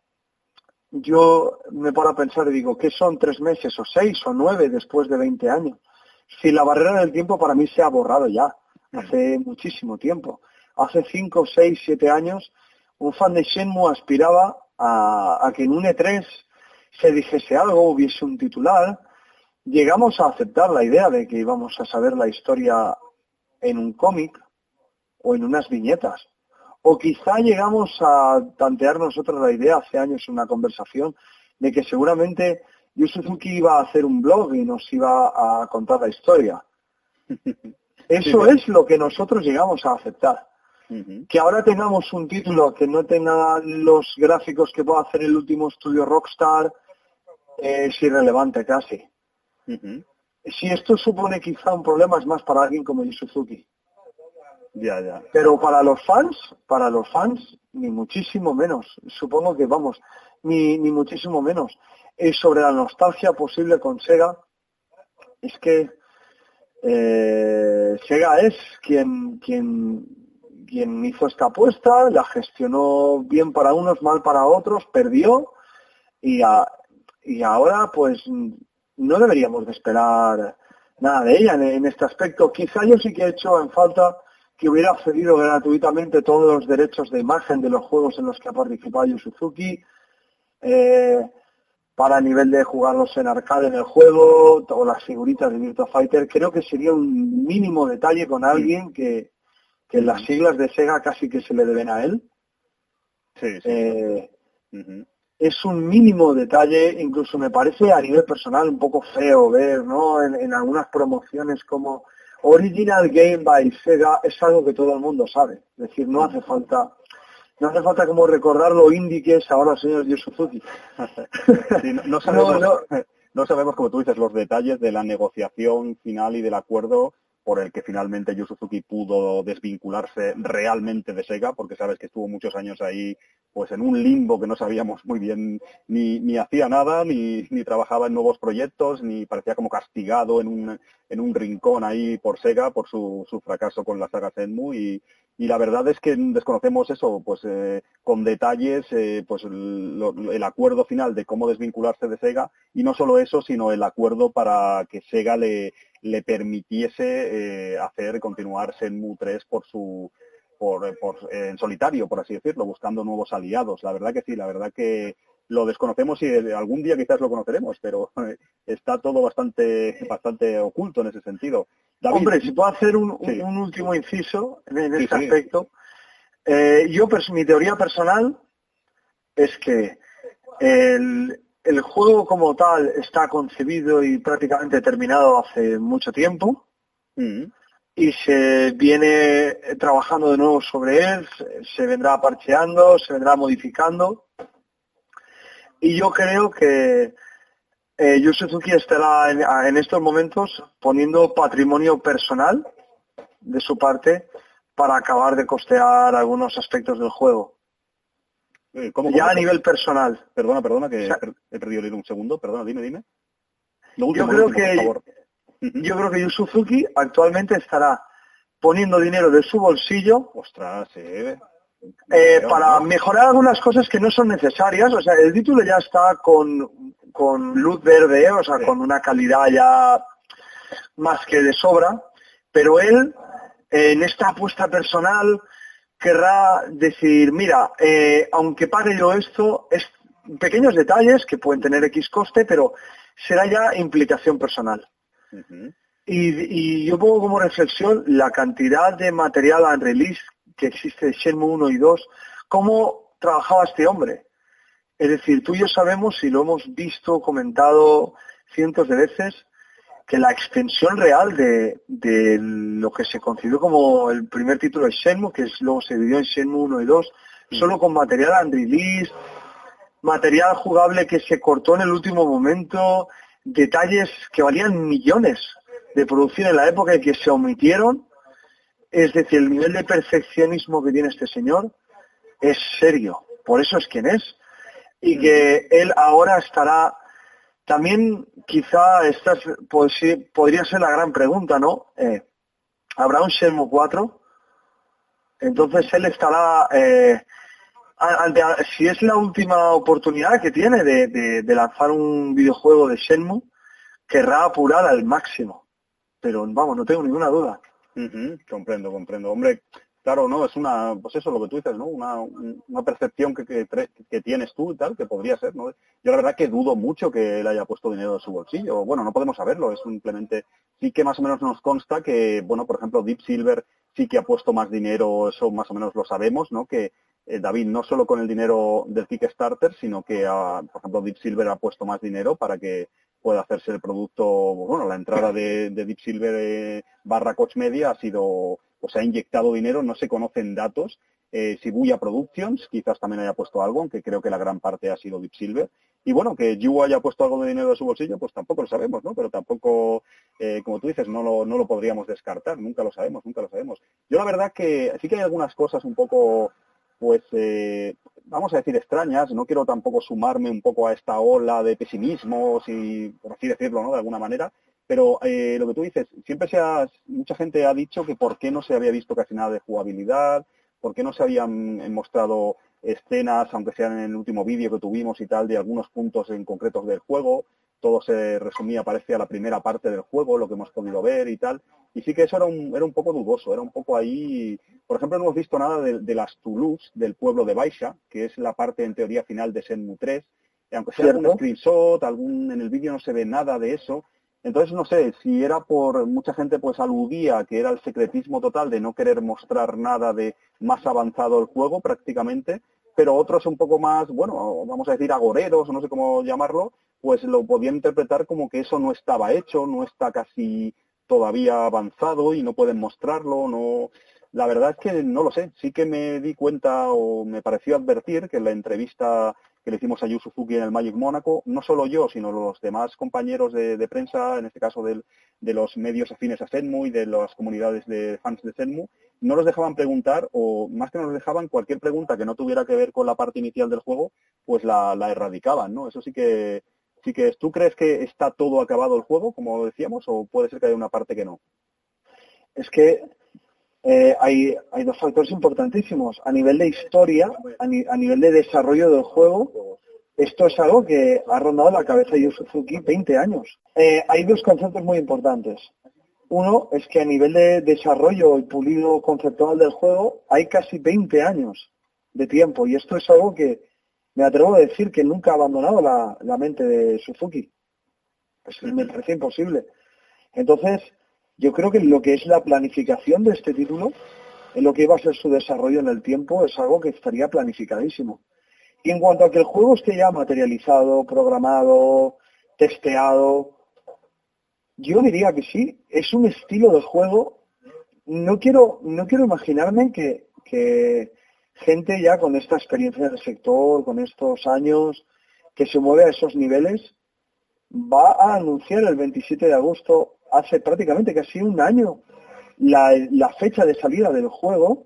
yo me paro a pensar y digo, ¿qué son tres meses o seis o nueve después de veinte años? Si la barrera del tiempo para mí se ha borrado ya, hace muchísimo tiempo. Hace cinco, seis, siete años, un fan de Shenmue aspiraba a, a que en un E tres se dijese algo, hubiese un titular. Llegamos a aceptar la idea de que íbamos a saber la historia en un cómic o en unas viñetas. O quizá llegamos a tantear nosotros la idea hace años en una conversación de que seguramente Yu Suzuki iba a hacer un blog y nos iba a contar la historia. Eso es lo que nosotros llegamos a aceptar. Uh-huh. Que ahora tengamos un título que no tenga los gráficos que pueda hacer el último estudio Rockstar eh, es irrelevante casi. Uh-huh. Si esto supone quizá un problema es más para alguien como Yu Suzuki. Ya, ya. Pero para los fans, para los fans, ni muchísimo menos. Supongo que, vamos, ni, ni muchísimo menos. Y sobre la nostalgia posible con Sega, es que eh, Sega es quien, quien, quien hizo esta apuesta, la gestionó bien para unos, mal para otros, perdió, y, a, y ahora pues no deberíamos de esperar nada de ella en, en este aspecto. Quizá yo sí que he hecho en falta que hubiera cedido gratuitamente todos los derechos de imagen de los juegos en los que ha participado Yu Suzuki, eh, para nivel de jugarlos en arcade en el juego, o las figuritas de Virtua Fighter. Creo que sería un mínimo detalle con alguien que, que las siglas de Sega casi que se le deben a él. Sí, sí. Eh, uh-huh. Es un mínimo detalle, incluso me parece a nivel personal un poco feo ver, ¿no? En, en algunas promociones como Original Game by Sega es algo que todo el mundo sabe. Es decir, no hace falta no hace falta como recordar lo indie que es ahora el señor Yu Suzuki. Sí, no, no sabemos, no, no. no sabemos, como tú dices, los detalles de la negociación final y del acuerdo por el que finalmente Yu Suzuki pudo desvincularse realmente de Sega, porque sabes que estuvo muchos años ahí pues en un limbo que no sabíamos muy bien, ni, ni hacía nada, ni, ni trabajaba en nuevos proyectos, ni parecía como castigado en un, en un rincón ahí por Sega, por su, su fracaso con la saga Shenmue, y, y la verdad es que desconocemos eso, pues eh, con detalles, eh, pues el, el acuerdo final de cómo desvincularse de Sega, y no solo eso, sino el acuerdo para que Sega le le permitiese eh, hacer continuar Shenmue tres por su por, por eh, en solitario, por así decirlo, buscando nuevos aliados. La verdad que sí, la verdad que lo desconocemos y eh, algún día quizás lo conoceremos, pero eh, está todo bastante bastante oculto en ese sentido. David, Hombre, si puedo hacer un, sí. un último inciso en, en Sí, este sí. aspecto. Eh, yo, mi teoría personal es que el, el juego como tal está concebido y prácticamente terminado hace mucho tiempo Mm. y se viene trabajando de nuevo sobre él, se vendrá parcheando, se vendrá modificando y yo creo que eh, Yu Suzuki estará en, en estos momentos poniendo patrimonio personal de su parte para acabar de costear algunos aspectos del juego. Eh, ¿Cómo, Ya cómo? a nivel personal. Perdona, perdona, que O sea, he perdido el hilo un segundo. Perdona, dime, dime. Lo yo último, creo lo último, por que favor. yo creo que Yu Suzuki actualmente estará poniendo dinero de su bolsillo Ostras, eh. eh, Creo, para ¿no? mejorar algunas cosas que no son necesarias. O sea, el título ya está con, con luz verde, o sea, Sí. con una calidad ya más que de sobra, pero él, eh, en esta apuesta personal, querrá decir, mira, eh, aunque pague yo esto, es pequeños detalles que pueden tener X coste, pero será ya implicación personal. Uh-huh. Y, y yo pongo como reflexión la cantidad de material en release que existe de Shenmue uno y dos, cómo trabajaba este hombre. Es decir, tú y yo sabemos, y lo hemos visto, comentado cientos de veces, que la extensión real de, de lo que se concibió como el primer título de Shenmue, que es, luego se dividió en Shenmue uno y dos, uh-huh. solo con material unreleased, material jugable que se cortó en el último momento, detalles que valían millones de producción en la época y que se omitieron. Es decir, el nivel de perfeccionismo que tiene este señor es serio, por eso es quien es. Y que él ahora estará, también quizá esta es, pues, sí, podría ser la gran pregunta, ¿no? Eh, ¿Habrá un Shenmue cuatro? Entonces él estará, eh, ante, si es la última oportunidad que tiene de, de, de lanzar un videojuego de Shenmue, querrá apurar al máximo. Pero vamos, no tengo ninguna duda. Uh-huh. Comprendo, comprendo. Hombre, claro, no, es una, pues eso, lo que tú dices, ¿no? Una, una percepción que, que, que tienes tú y tal, que podría ser, ¿no? Yo la verdad que dudo mucho que él haya puesto dinero de su bolsillo. Bueno, no podemos saberlo, es simplemente, sí que más o menos nos consta que, bueno, por ejemplo, Deep Silver sí que ha puesto más dinero, eso más o menos lo sabemos, ¿no? Que eh, David, no solo con el dinero del Kickstarter, sino que, ha, por ejemplo, Deep Silver ha puesto más dinero para que pueda hacerse el producto, bueno, la entrada de, de Deep Silver eh, barra Koch Media ha sido, o sea, ha inyectado dinero, no se conocen datos. Eh, Shibuya Productions quizás también haya puesto algo, aunque creo que la gran parte ha sido Deep Silver. Y bueno, que Yu haya puesto algo de dinero de su bolsillo, pues tampoco lo sabemos, ¿no? Pero tampoco, eh, como tú dices, no lo, no lo podríamos descartar, nunca lo sabemos, nunca lo sabemos. Yo la verdad que sí que hay algunas cosas un poco, pues, eh, vamos a decir, extrañas. No quiero tampoco sumarme un poco a esta ola de pesimismo, si, por así decirlo, ¿no? De alguna manera. Pero eh, lo que tú dices, siempre se ha, mucha gente ha dicho que por qué no se había visto casi nada de jugabilidad, por qué no se habían mostrado escenas, aunque sean en el último vídeo que tuvimos y tal, de algunos puntos en concretos del juego. Todo se resumía, parece, a la primera parte del juego, lo que hemos podido ver y tal. Y sí que eso era un, era un poco dudoso, era un poco ahí. Por ejemplo, no hemos visto nada de, de las Toulouse, del pueblo de Baisha, que es la parte en teoría final de Shenmue tres. Y aunque sea ¿Cierto? algún screenshot, algún, en el vídeo no se ve nada de eso. Entonces, no sé, si era por, mucha gente pues aludía que era el secretismo total de no querer mostrar nada de más avanzado el juego prácticamente, pero otros un poco más, bueno, vamos a decir agoreros, o no sé cómo llamarlo, pues lo podían interpretar como que eso no estaba hecho, no está casi todavía avanzado y no pueden mostrarlo, no, La verdad es que no lo sé. Sí que me di cuenta o me pareció advertir que en la entrevista que le hicimos a Yu Suzuki en el Magic Mónaco, no solo yo, sino los demás compañeros de, de prensa, en este caso del, de los medios afines a Shenmue y de las comunidades de fans de Shenmue, no los dejaban preguntar, o más que no los dejaban, cualquier pregunta que no tuviera que ver con la parte inicial del juego, pues la, la erradicaban, ¿no? Eso sí que, sí que es. ¿Tú crees que está todo acabado el juego, como decíamos, o puede ser que haya una parte que no? Es que eh, hay, hay dos factores importantísimos. A nivel de historia, a, ni, a nivel de desarrollo del juego, esto es algo que ha rondado la cabeza de Yu Suzuki veinte años. Eh, hay dos conceptos muy importantes. Uno es que a nivel de desarrollo y pulido conceptual del juego hay casi veinte años de tiempo, y esto es algo que me atrevo a decir que nunca ha abandonado la, la mente de Suzuki. Pues me parece imposible. Entonces, yo creo que lo que es la planificación de este título, en lo que iba a ser su desarrollo en el tiempo, es algo que estaría planificadísimo. Y en cuanto a que el juego esté ya materializado, programado, testeado, yo diría que sí, es un estilo de juego. No quiero, no quiero imaginarme que, que gente ya con esta experiencia del sector, con estos años, que se mueve a esos niveles, va a anunciar el veintisiete de agosto, hace prácticamente casi un año, la, la fecha de salida del juego,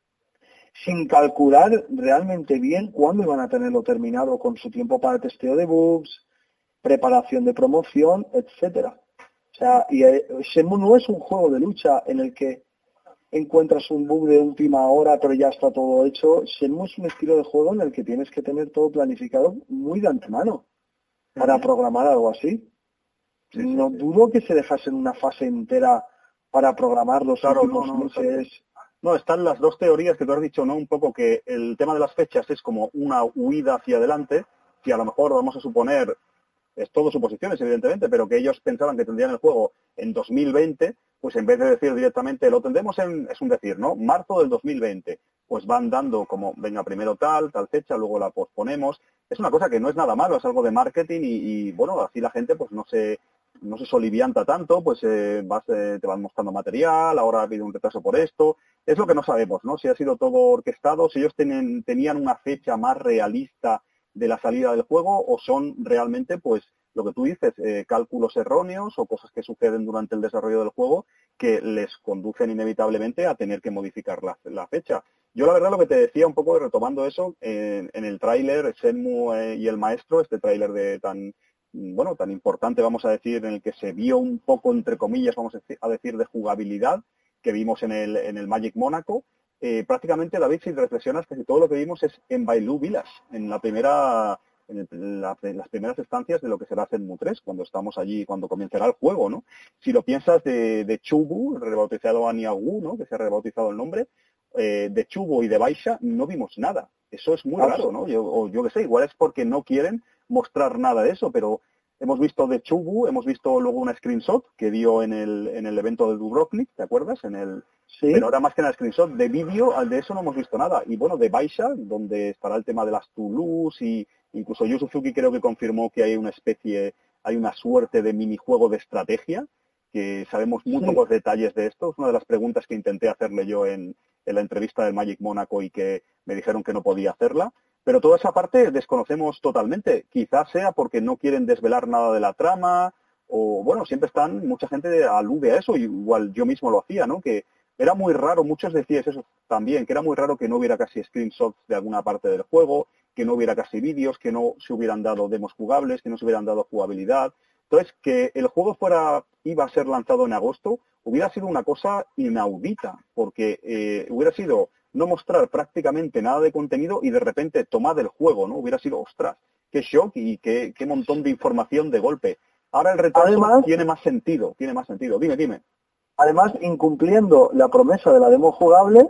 sin calcular realmente bien cuándo iban a tenerlo terminado, con su tiempo para testeo de bugs, preparación de promoción, etcétera. O sea, y eh, Shenmue no es un juego de lucha en el que encuentras un bug de última hora pero ya está todo hecho. Shenmue es un estilo de juego en el que tienes que tener todo planificado muy de antemano para programar algo así. Sí, sí, no sí. dudo que se dejase en una fase entera para programar los claro, últimos no, no, meses. No, están las dos teorías que tú has dicho, ¿no? Un poco que el tema de las fechas es como una huida hacia adelante, que a lo mejor vamos a suponer, es todo suposiciones evidentemente, pero que ellos pensaban que tendrían el juego en dos mil veinte, pues en vez de decir directamente lo tendremos en, es un decir, ¿no? Marzo del dos mil veinte, pues van dando como, venga, primero tal, tal fecha, luego la posponemos. Es una cosa que no es nada malo, es algo de marketing y, y bueno, así la gente pues no se... no se solivianta tanto, pues eh, vas, eh, te van mostrando material, ahora ha habido un retraso por esto. Es lo que no sabemos, ¿no? Si ha sido todo orquestado, si ellos tienen, tenían una fecha más realista de la salida del juego o son realmente, pues, lo que tú dices, eh, cálculos erróneos o cosas que suceden durante el desarrollo del juego que les conducen inevitablemente a tener que modificar la, la fecha. Yo la verdad lo que te decía un poco retomando eso, eh, en el tráiler, Shenmue eh, y el maestro, este tráiler de tan... bueno, tan importante, vamos a decir, en el que se vio un poco, entre comillas, vamos a decir, de jugabilidad que vimos en el, en el Magic Mónaco, eh, prácticamente, David, si reflexionas, casi todo lo que vimos es en Bailu Village, en la primera, en, el, en, la, en las primeras estancias de lo que será Shenmue tres, cuando estamos allí, cuando comenzará el juego, ¿no? Si lo piensas de, de Chubu, rebautizado a Niagu, ¿no? Que se ha rebautizado el nombre, eh, de Chubu y de Baisha, no vimos nada. Eso es muy raro, ¿no? Yo, o yo qué sé, igual es porque no quieren mostrar nada de eso, pero hemos visto de Chubu, hemos visto luego una screenshot que dio en el, en el evento de Dubrovnik, ¿te acuerdas? En el, sí. Pero ahora más que en el screenshot de vídeo, al de eso no hemos visto nada. Y bueno, de Baisha, donde estará el tema de las Toulouse y incluso Yu Suzuki creo que confirmó que hay una especie, hay una suerte de minijuego de estrategia, que sabemos muy sí. pocos detalles de esto. Es una de las preguntas que intenté hacerle yo en, en la entrevista del Magic Mónaco y que me dijeron que no podía hacerla. Pero toda esa parte desconocemos totalmente. Quizás sea porque no quieren desvelar nada de la trama o, bueno, siempre están, mucha gente alude a eso, igual yo mismo lo hacía, ¿no? Que era muy raro, muchos decíais eso también, que era muy raro que no hubiera casi screenshots de alguna parte del juego, que no hubiera casi vídeos, que no se hubieran dado demos jugables, que no se hubieran dado jugabilidad. Entonces, que el juego fuera, iba a ser lanzado en agosto, hubiera sido una cosa inaudita, porque eh, hubiera sido no mostrar prácticamente nada de contenido y de repente tomar el juego, ¿no? Hubiera sido, ostras, qué shock y qué, qué montón de información de golpe. Ahora el retraso además, tiene más sentido, tiene más sentido. Dime, dime. Además, incumpliendo la promesa de la demo jugable,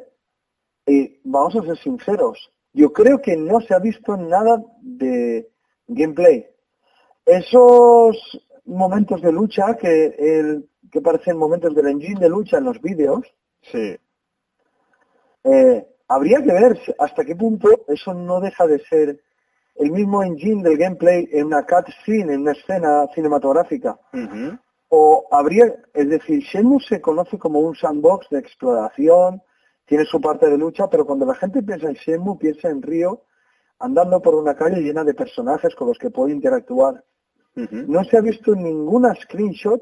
eh, vamos a ser sinceros, yo creo que no se ha visto nada de gameplay. Esos momentos de lucha que, el, que parecen momentos del engine de lucha en los vídeos, sí. Eh, habría que ver hasta qué punto eso no deja de ser el mismo engine del gameplay en una cutscene, en una escena cinematográfica. Uh-huh. O habría, es decir, Shenmue se conoce como un sandbox de exploración, tiene su parte de lucha, pero cuando la gente piensa en Shenmue, piensa en Ryo andando por una calle llena de personajes con los que puede interactuar. Uh-huh. No se ha visto ninguna screenshot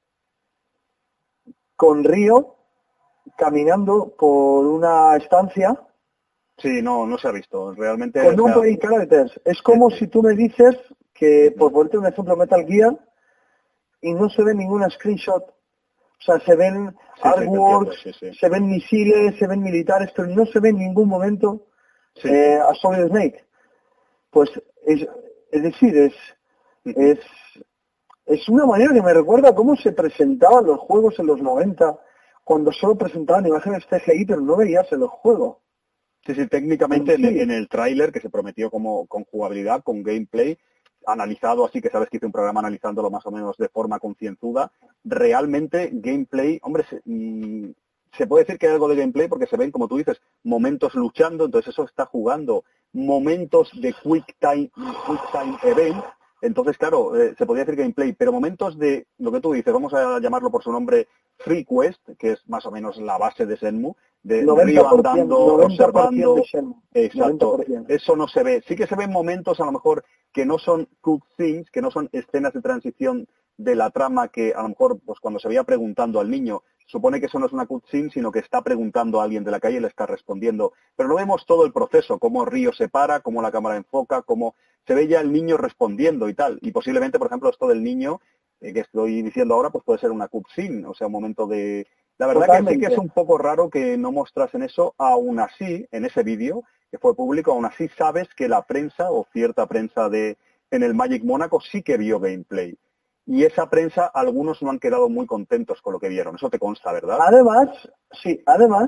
con Ryo caminando por una estancia. Sí, no, no se ha visto. Realmente. Con un play characters. Es como sí. si tú me dices que, uh-huh. por ponerte un ejemplo, Metal Gear, y no se ve ninguna screenshot. O sea, se ven sí, artworks, sí, sí, sí. se ven misiles, se ven militares, pero no se ve en ningún momento sí. eh, a Solid Snake. Pues, es, es decir, es, uh-huh. es, es una manera que me recuerda a cómo se presentaban los juegos en los noventa, cuando solo presentaban imágenes C G I, pero no veías el juego. Sí, sí, técnicamente sí. en, en el tráiler que se prometió como con jugabilidad, con gameplay, analizado, así que sabes que hice un programa analizándolo más o menos de forma concienzuda, realmente gameplay, hombre, se, mm, se puede decir que hay algo de gameplay porque se ven, como tú dices, momentos luchando, entonces eso está jugando, momentos de quick time, quick time event, entonces claro, eh, se podría decir gameplay, pero momentos de, lo que tú dices, vamos a llamarlo por su nombre, Free Quest, que es más o menos la base de Shenmue, de Ryo andando, observando, exacto, eso no se ve. Sí que se ven momentos a lo mejor que no son cutscenes, que no son escenas de transición de la trama que a lo mejor pues cuando se veía preguntando al niño, supone que eso no es una cutscene, sino que está preguntando a alguien de la calle y le está respondiendo. Pero no vemos todo el proceso, cómo Ryo se para, cómo la cámara enfoca, cómo se ve ya el niño respondiendo y tal. Y posiblemente, por ejemplo, esto del niño eh, que estoy diciendo ahora, pues puede ser una cutscene, o sea, un momento de... La verdad Totalmente. que sí que es un poco raro que no mostrasen eso, aún así, en ese vídeo que fue público, aún así sabes que la prensa o cierta prensa de en el Magic Mónaco sí que vio gameplay. Y esa prensa, algunos no han quedado muy contentos con lo que vieron. Eso te consta, ¿verdad? Además, sí, además,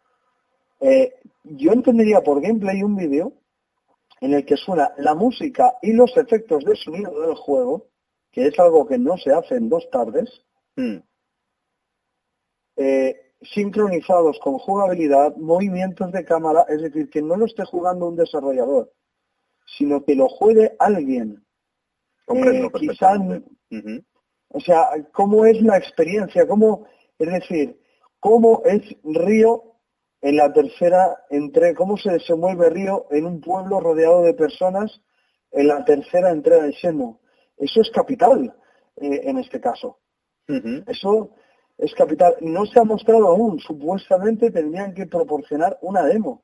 eh, yo entendería por gameplay un vídeo en el que suena la música y los efectos de sonido del juego, que es algo que no se hace en dos tardes, mm. eh, sincronizados con jugabilidad, movimientos de cámara, es decir, que no lo esté jugando un desarrollador, sino que lo juegue alguien. Comprendo eh, quizá, uh-huh. O sea, cómo es la experiencia, cómo, es decir, cómo es Ryo en la tercera entrega, cómo se desenvuelve Ryo en un pueblo rodeado de personas en la tercera entrega de Shenmue. Eso es capital eh, en este caso. Uh-huh. Eso es capital. No se ha mostrado aún. Supuestamente tendrían que proporcionar una demo.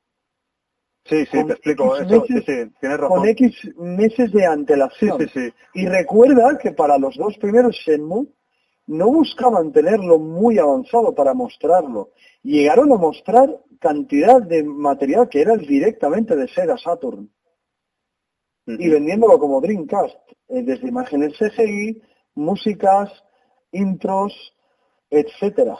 Sí, sí, con te explico X eso. Meses, sí, sí, tienes razón. Con X meses de antelación. Sí, sí, sí. Y recuerda que para los dos primeros Shenmue no buscaban tenerlo muy avanzado para mostrarlo. Llegaron a mostrar cantidad de material que era directamente de Sega Saturn. Uh-huh. Y vendiéndolo como Dreamcast. Eh, desde imágenes C G I, músicas, intros, etcétera.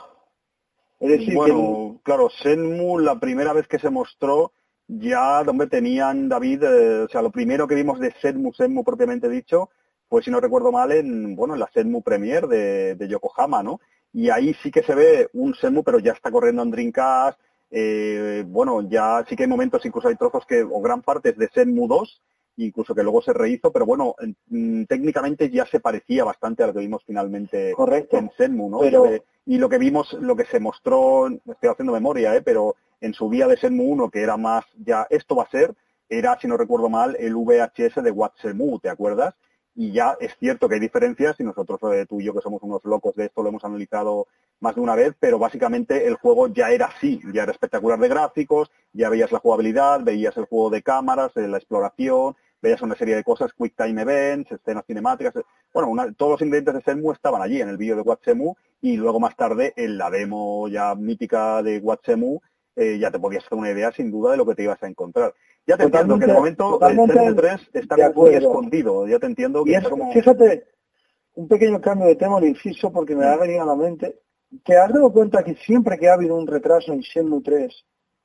Es decir, bueno, que... claro, Shenmue la primera vez que se mostró ya donde tenían, David, eh, o sea, lo primero que vimos de Shenmue, Shenmue propiamente dicho, pues si no recuerdo mal, en bueno en la Shenmue Premier de, de Yokohama, ¿no? Y ahí sí que se ve un Shenmue, pero ya está corriendo en Dreamcast, eh, bueno, ya sí que hay momentos, incluso hay trozos que, o gran parte es de Shenmue dos, incluso que luego se rehizo, pero bueno, en, técnicamente ya se parecía bastante a lo que vimos finalmente Correcto. en Shenmue, ¿no? Pero... Y, y lo que vimos, lo que se mostró, estoy haciendo memoria, ¿eh? Pero en su vía de Shenmue uno, que era más, ya esto va a ser, era, si no recuerdo mal, el V H S de What Shenmue, ¿te acuerdas? Y ya es cierto que hay diferencias, y nosotros, eh, tú y yo, que somos unos locos de esto, lo hemos analizado más de una vez, pero básicamente el juego ya era así, ya era espectacular de gráficos, ya veías la jugabilidad, veías el juego de cámaras, eh, la exploración, veías una serie de cosas, quick time events, escenas cinemáticas, bueno, una, todos los ingredientes de Shenmue estaban allí en el vídeo de What Shenmue, y luego más tarde en la demo ya mítica de What Shenmue, eh, ya te podías hacer una idea sin duda de lo que te ibas a encontrar. Ya te totalmente, entiendo que de momento el Shenmue tres está muy escondido, ya te entiendo que y es, es como... Fíjate, un pequeño cambio de tema, lo inciso porque me ha venido a la mente, te has dado cuenta que siempre que ha habido un retraso en Shenmue tres,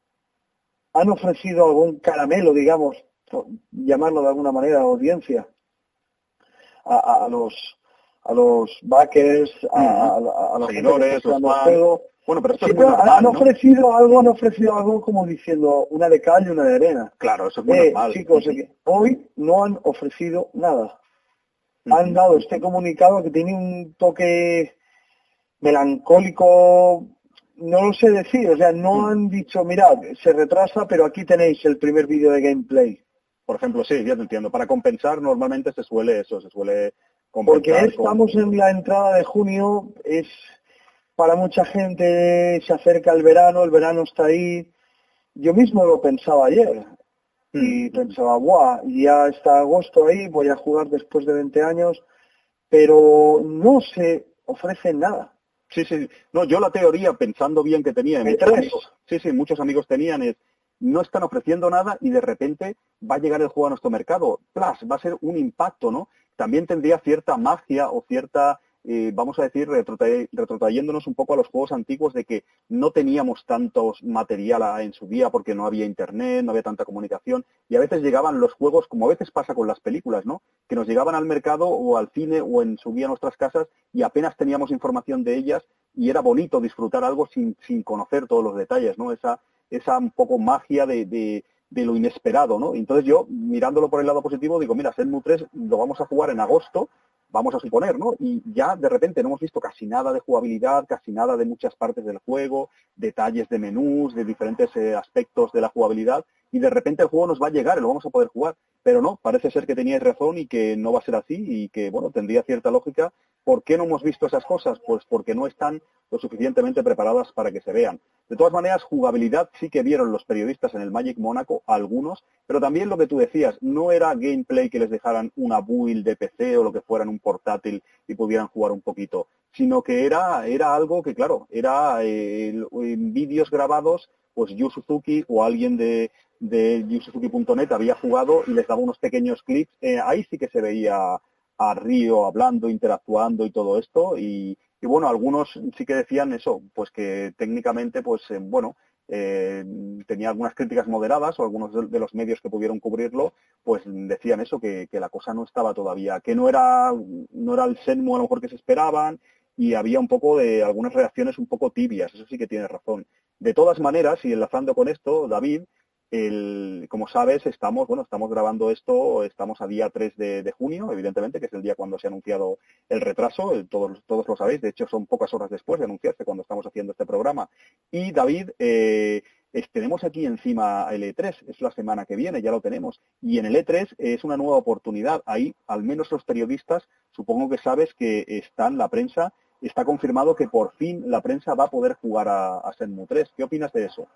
han ofrecido algún caramelo, digamos, por llamarlo de alguna manera, a la audiencia, a, a, a los a los backers, a, a, a, a los seguidores, los fans. Juego. Bueno, pero esto sí, es muy normal, han ¿no? ofrecido algo, han ofrecido algo como diciendo una de cal y una de arena. Claro, eso es muy eh, normal. Chicos, uh-huh. hoy no han ofrecido nada. Uh-huh. Han dado este comunicado que tiene un toque melancólico, no lo sé decir, o sea, no han dicho, mirad, se retrasa, pero aquí tenéis el primer vídeo de gameplay. Por ejemplo, sí, ya te entiendo. Para compensar normalmente se suele eso, se suele Porque compensar. estamos con... en la entrada de junio, es para mucha gente, se acerca el verano, el verano está ahí. Yo mismo lo pensaba ayer y Mm. pensaba, guau, ya está agosto ahí, voy a jugar después de veinte años, pero no se ofrece nada. Sí, sí. No, yo la teoría, pensando bien que tenía, E muchos tres. amigos, sí, sí, muchos amigos tenían, es no están ofreciendo nada y de repente va a llegar el juego a nuestro mercado. Plus, va a ser un impacto, ¿no? También tendría cierta magia o cierta, eh, vamos a decir, retrotra- retrotrayéndonos un poco a los juegos antiguos de que no teníamos tantos material a- en su día porque no había internet, no había tanta comunicación y a veces llegaban los juegos, como a veces pasa con las películas, ¿no? Que nos llegaban al mercado o al cine o en su día a nuestras casas y apenas teníamos información de ellas y era bonito disfrutar algo sin, sin conocer todos los detalles, ¿no? Esa, esa un poco magia de, de, de lo inesperado, ¿no? Entonces yo, mirándolo por el lado positivo, digo, mira, Shenmue tres lo vamos a jugar en agosto, vamos a suponer, ¿no? Y ya de repente no hemos visto casi nada de jugabilidad, casi nada de muchas partes del juego, detalles de menús, de diferentes eh, aspectos de la jugabilidad, y de repente el juego nos va a llegar y lo vamos a poder jugar. Pero no, parece ser que teníais razón y que no va a ser así y que, bueno, tendría cierta lógica. ¿Por qué no hemos visto esas cosas? Pues porque no están lo suficientemente preparadas para que se vean. De todas maneras, jugabilidad sí que vieron los periodistas en el Magic Mónaco, algunos, pero también lo que tú decías, no era gameplay que les dejaran una build de P C o lo que fuera en un portátil y pudieran jugar un poquito, sino que era, era algo que, claro, era eh, vídeos grabados, pues Yu Suzuki o alguien de, de yu suzuki punto net había jugado y les daba unos pequeños clips, eh, ahí sí que se veía a Río hablando, interactuando y todo esto, y, y bueno, algunos sí que decían eso, pues que técnicamente, pues eh, bueno, eh, tenía algunas críticas moderadas o algunos de, de los medios que pudieron cubrirlo, pues decían eso, que, que la cosa no estaba todavía, que no era, no era el Shenmue a lo mejor que se esperaban, y había un poco de algunas reacciones un poco tibias, eso sí que tienes razón. De todas maneras, y enlazando con esto, David, el, como sabes, estamos, bueno, estamos grabando esto, estamos a día tres de, de junio, evidentemente, que es el día cuando se ha anunciado el retraso, el, todos, todos lo sabéis, de hecho son pocas horas después de anunciarse cuando estamos haciendo este programa. Y David, eh, es, tenemos aquí encima el E tres, es la semana que viene, ya lo tenemos, y en el E tres es una nueva oportunidad, ahí al menos los periodistas, supongo que sabes que están, la prensa, está confirmado que por fin la prensa va a poder jugar a, a Shenmue tres. ¿Qué opinas de eso?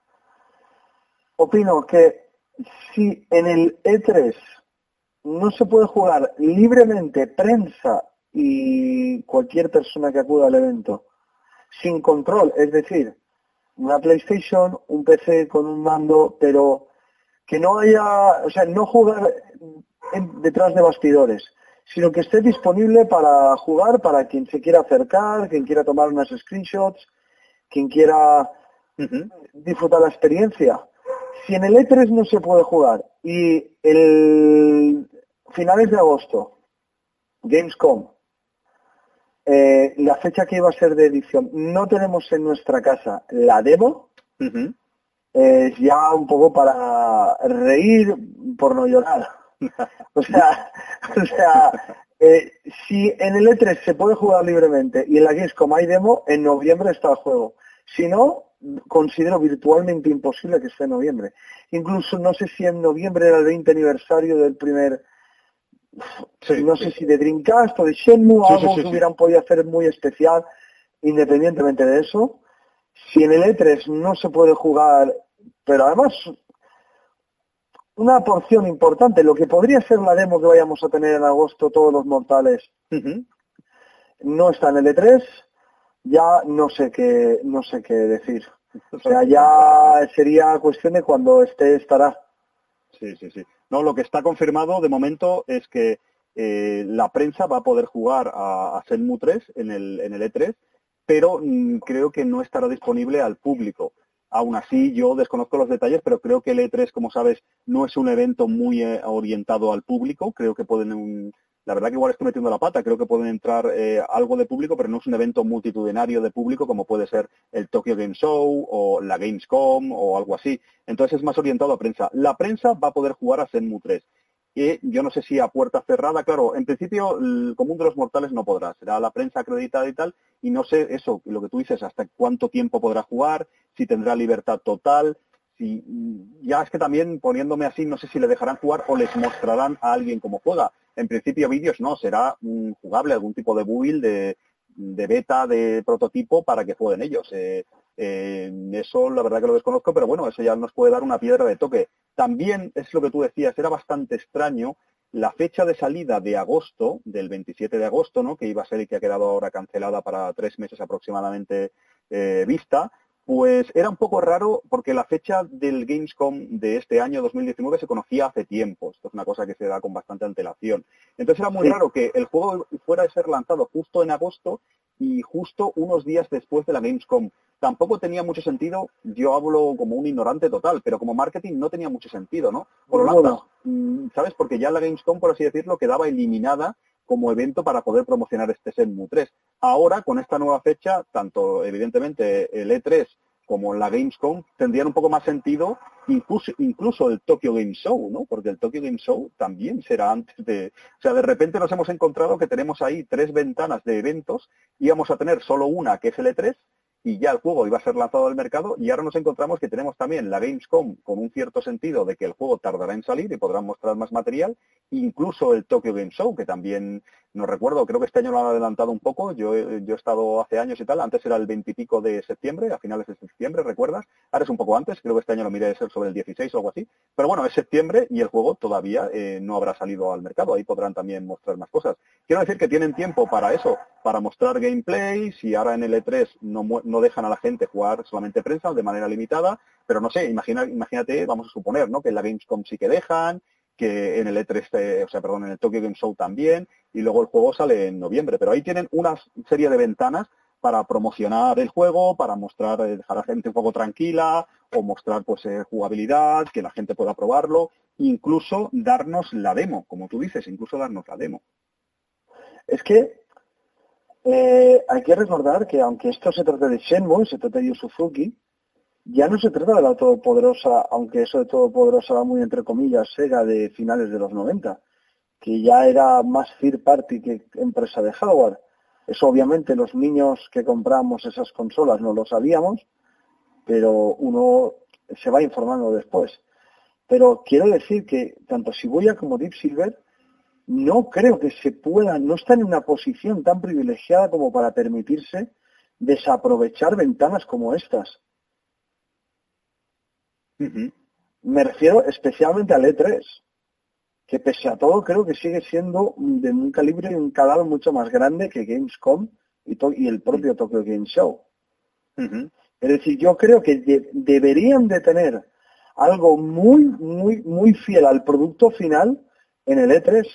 Opino que si en el E tres no se puede jugar libremente prensa y cualquier persona que acuda al evento sin control, es decir, una PlayStation, un P C con un mando, pero que no haya, o sea, no jugar en, detrás de bastidores, sino que esté disponible para jugar para quien se quiera acercar, quien quiera tomar unas screenshots, quien quiera uh-huh. disfrutar la experiencia. Si en el E tres no se puede jugar y el finales de agosto, Gamescom, eh, la fecha que iba a ser de edición, no tenemos en nuestra casa la demo, uh-huh. es ya un poco para reír por no llorar. O sea, o sea eh, si en el E tres se puede jugar libremente y en la Gamescom hay demo, en noviembre está el juego. Si no, considero virtualmente imposible que esté en noviembre. Incluso no sé si en noviembre era el veinte aniversario del primer, sí, no sé sí. si de Dreamcast o de Shenmue, sí, algo sí, sí, que hubieran sí. podido hacer muy especial, independientemente de eso. Si en el E tres no se puede jugar, pero además una porción importante, lo que podría ser la demo que vayamos a tener en agosto todos los mortales, uh-huh. no está en el E tres, ya no sé qué, no sé qué decir. O sea, ya sería cuestión de cuando esté, estará. Sí, sí, sí. No, lo que está confirmado de momento es que eh, la prensa va a poder jugar a, a Shenmue tres en el, en el E tres, pero mmm, creo que no estará disponible al público. Aún así, yo desconozco los detalles, pero creo que el E tres, como sabes, no es un evento muy eh, orientado al público. Creo que pueden... Un, la verdad que igual estoy metiendo la pata, creo que pueden entrar eh, algo de público, pero no es un evento multitudinario de público como puede ser el Tokyo Game Show o la Gamescom o algo así. Entonces es más orientado a prensa. La prensa va a poder jugar a Shenmue tres. Y yo no sé si a puerta cerrada, claro, en principio el común de los mortales no podrá, será la prensa acreditada y tal, y no sé eso, lo que tú dices, hasta cuánto tiempo podrá jugar, si tendrá libertad total, si ya es que también poniéndome así, no sé si le dejarán jugar o les mostrarán a alguien cómo juega. En principio vídeos no, será un jugable, algún tipo de build, de, de beta, de prototipo para que jueguen ellos. Eh, eh, eso la verdad que lo desconozco, pero bueno, eso ya nos puede dar una piedra de toque. También es lo que tú decías, era bastante extraño la fecha de salida de agosto, del veintisiete de agosto, ¿no? Que iba a ser y que ha quedado ahora cancelada para tres meses aproximadamente eh, vista, pues era un poco raro porque la fecha del Gamescom de este año dos mil diecinueve se conocía hace tiempo. Esto es una cosa que se da con bastante antelación. Entonces era muy Sí. raro que el juego fuera a ser lanzado justo en agosto y justo unos días después de la Gamescom. Tampoco tenía mucho sentido, yo hablo como un ignorante total, pero como marketing no tenía mucho sentido, ¿no? Por lo Ninguno. tanto, ¿sabes? Porque ya la Gamescom, por así decirlo, quedaba eliminada como evento para poder promocionar este Shenmue tres. Ahora, con esta nueva fecha, tanto evidentemente el E tres como la Gamescom tendrían un poco más sentido, incluso, incluso el Tokyo Game Show, ¿no? Porque el Tokyo Game Show también será antes de... O sea, de repente nos hemos encontrado que tenemos ahí tres ventanas de eventos, íbamos a tener solo una, que es el E tres, y ya el juego iba a ser lanzado al mercado, y ahora nos encontramos que tenemos también la Gamescom con un cierto sentido de que el juego tardará en salir y podrán mostrar más material, incluso el Tokyo Game Show, que también, no recuerdo, creo que este año lo han adelantado un poco, yo, yo he estado hace años y tal, antes era el veintipico de septiembre, a finales de septiembre, ¿recuerdas? Ahora es un poco antes, creo que este año lo miré de ser sobre el dieciséis o algo así, pero bueno, es septiembre y el juego todavía eh, no habrá salido al mercado, ahí podrán también mostrar más cosas. Quiero decir que tienen tiempo para eso, para mostrar gameplay, si ahora en el E tres no, no dejan a la gente jugar solamente prensa de manera limitada, pero no sé, imagina, imagínate, vamos a suponer, ¿no? Que en la Gamescom sí que dejan, que en el E tres, eh, o sea, perdón, en el Tokyo Game Show también, y luego el juego sale en noviembre, pero ahí tienen una serie de ventanas para promocionar el juego, para mostrar, eh, dejar a la gente un poco tranquila, o mostrar pues eh, jugabilidad, que la gente pueda probarlo, incluso darnos la demo, como tú dices, incluso darnos la demo. Es que eh, hay que recordar que aunque esto se trate de Shenmue, se trata de Yu Suzuki, ya no se trata de la todopoderosa, aunque eso de todopoderosa va muy entre comillas, Sega de finales de los noventa, que ya era más third party que empresa de hardware. Eso obviamente los niños que compramos esas consolas no lo sabíamos, pero uno se va informando después. Pero quiero decir que tanto Shibuya como Deep Silver no creo que se puedan, no están en una posición tan privilegiada como para permitirse desaprovechar ventanas como estas. Uh-huh. Me refiero especialmente al E tres, que pese a todo creo que sigue siendo de un calibre y un calado mucho más grande que Gamescom y, to- y el propio uh-huh. Tokyo Game Show. Uh-huh. Es decir, yo creo que de- deberían de tener algo muy, muy, muy fiel al producto final en el E tres.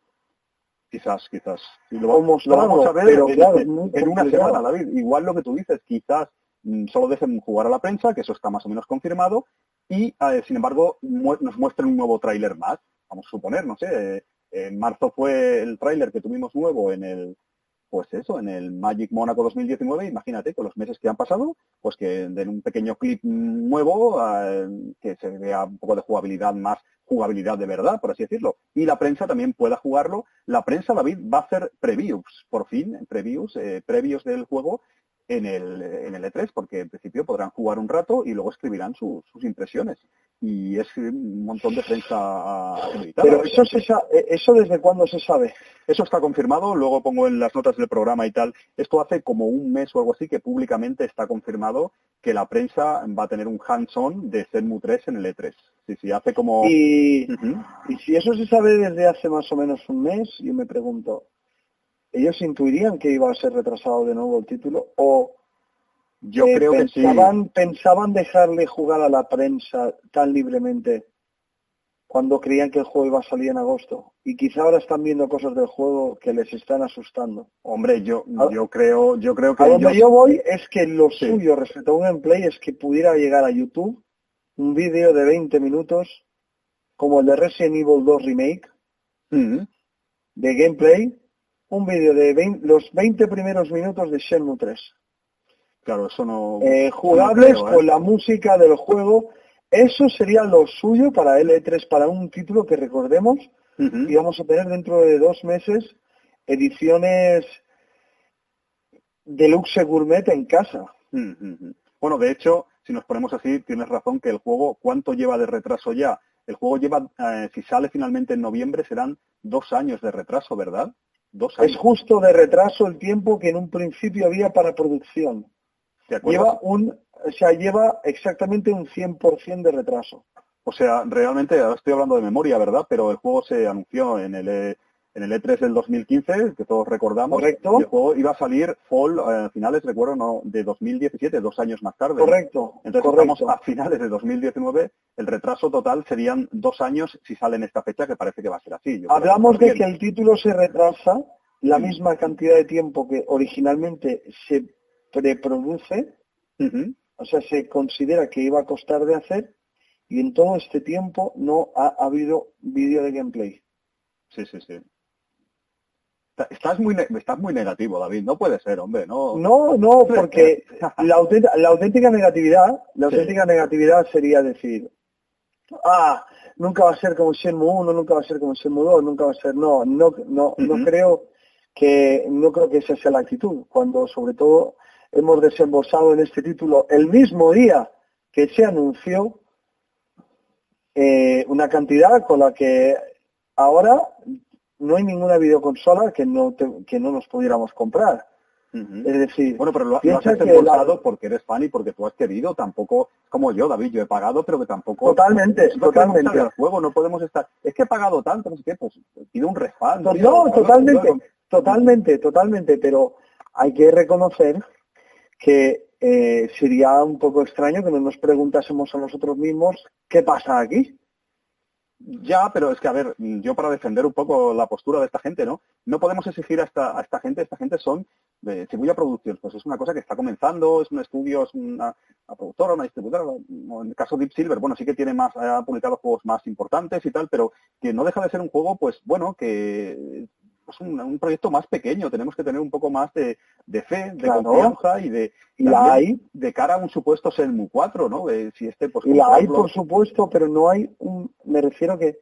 Quizás, quizás. Y lo, Como lo vamos a ver pero en, claro, en, en una semana, David. Igual lo que tú dices, quizás mmm, solo dejen jugar a la prensa, que eso está más o menos confirmado, y eh, sin embargo mu- nos muestren un nuevo tráiler más. Vamos a suponer, no sé, eh, en marzo fue el tráiler que tuvimos nuevo en el, pues eso, en el Magic Mónaco dos mil diecinueve, imagínate, con los meses que han pasado, pues que den un pequeño clip nuevo, eh, que se vea un poco de jugabilidad más, jugabilidad de verdad, por así decirlo, y la prensa también pueda jugarlo. La prensa, David, va a hacer previews, por fin, previews, eh, previos del juego en el, en el E tres, porque en principio podrán jugar un rato y luego escribirán su, sus impresiones. Y es un montón de prensa acreditada. Pero eso, se sa- ¿eso desde cuándo se sabe? Eso está confirmado, luego pongo en las notas del programa y tal. Esto hace como un mes o algo así que públicamente está confirmado que la prensa va a tener un hands-on de Shenmue tres en el E tres. Sí, sí, hace como... Y, uh-huh. y si eso se sabe desde hace más o menos un mes, yo me pregunto, ¿ellos intuirían que iba a ser retrasado de nuevo el título? ¿O yo eh, creo pensaban, que sí. pensaban dejarle jugar a la prensa tan libremente cuando creían que el juego iba a salir en agosto? Y quizá ahora están viendo cosas del juego que les están asustando. Hombre, yo, yo creo, yo creo que a donde ellos... yo voy es que lo sí. suyo respecto a un gameplay es que pudiera llegar a YouTube un vídeo de veinte minutos como el de Resident Evil dos Remake uh-huh. de gameplay, un vídeo de veinte, los veinte primeros minutos de Shenmue tres. Claro, eso no... Eh, jugables no creo, ¿eh? con la música del juego. Eso sería lo suyo para el E tres, para un título que recordemos uh-huh. íbamos a tener dentro de dos meses ediciones deluxe gourmet en casa. Uh-huh. Bueno, de hecho, si nos ponemos así, tienes razón que el juego, ¿cuánto lleva de retraso ya? El juego lleva, eh, si sale finalmente en noviembre, serán dos años de retraso, ¿verdad? Dos años. Es justo de retraso el tiempo que en un principio había para producción. Lleva un, o sea, lleva exactamente un cien por ciento de retraso. O sea, realmente, ahora estoy hablando de memoria, ¿verdad? Pero el juego se anunció en el, E, en el E tres del dos mil quince, que todos recordamos. Correcto. Y el juego iba a salir fall, a eh, finales, recuerdo, no, de dos mil diecisiete, dos años más tarde. Correcto. Entonces correcto. estamos a finales de dos mil diecinueve, el retraso total serían dos años si sale en esta fecha, que parece que va a ser así. Yo Hablamos que de que el título se retrasa la sí. misma cantidad de tiempo que originalmente se preproduce, uh-huh. o sea, se considera que iba a costar de hacer, y en todo este tiempo no ha habido vídeo de gameplay. Sí, sí, sí. Estás muy, estás muy negativo, David. No puede ser, hombre. No, no, no porque la, auténtica, la auténtica negatividad, la auténtica sí. negatividad sería decir, ah, nunca va a ser como Shenmue uno, nunca va a ser como Shenmue dos, nunca va a ser, no, no, no, uh-huh. no creo que, no creo que esa sea la actitud. Cuando, sobre todo, hemos desembolsado en este título el mismo día que se anunció eh, una cantidad con la que ahora no hay ninguna videoconsola que no te, que no nos pudiéramos comprar. Uh-huh. Es decir, bueno, pero lo, lo has desembolsado la... porque eres fan y porque tú has querido, tampoco como yo, David, yo he pagado, pero que tampoco... Totalmente, no, totalmente. El juego, no podemos estar... Es que he pagado tanto, no sé qué, pues pido un refund. No, no totalmente, no, totalmente, totalmente, pero hay que reconocer que eh, sería un poco extraño que no nos preguntásemos a nosotros mismos qué pasa aquí. Ya, pero es que, a ver, yo para defender un poco la postura de esta gente, ¿no? No podemos exigir a esta, a esta gente, esta gente son de Shibuya Productions, pues es una cosa que está comenzando, es un estudio, es una, una productora, una distribuidora, en el caso de Deep Silver, bueno, sí que tiene más, ha publicado juegos más importantes y tal, pero que no deja de ser un juego, pues bueno, que es un, un proyecto más pequeño, tenemos que tener un poco más de, de fe, de claro. confianza y de y la hay de cara a un supuesto Shenmue cuatro, ¿no? Eh, si este, pues, y la hay, por supuesto, pero no hay un, me refiero que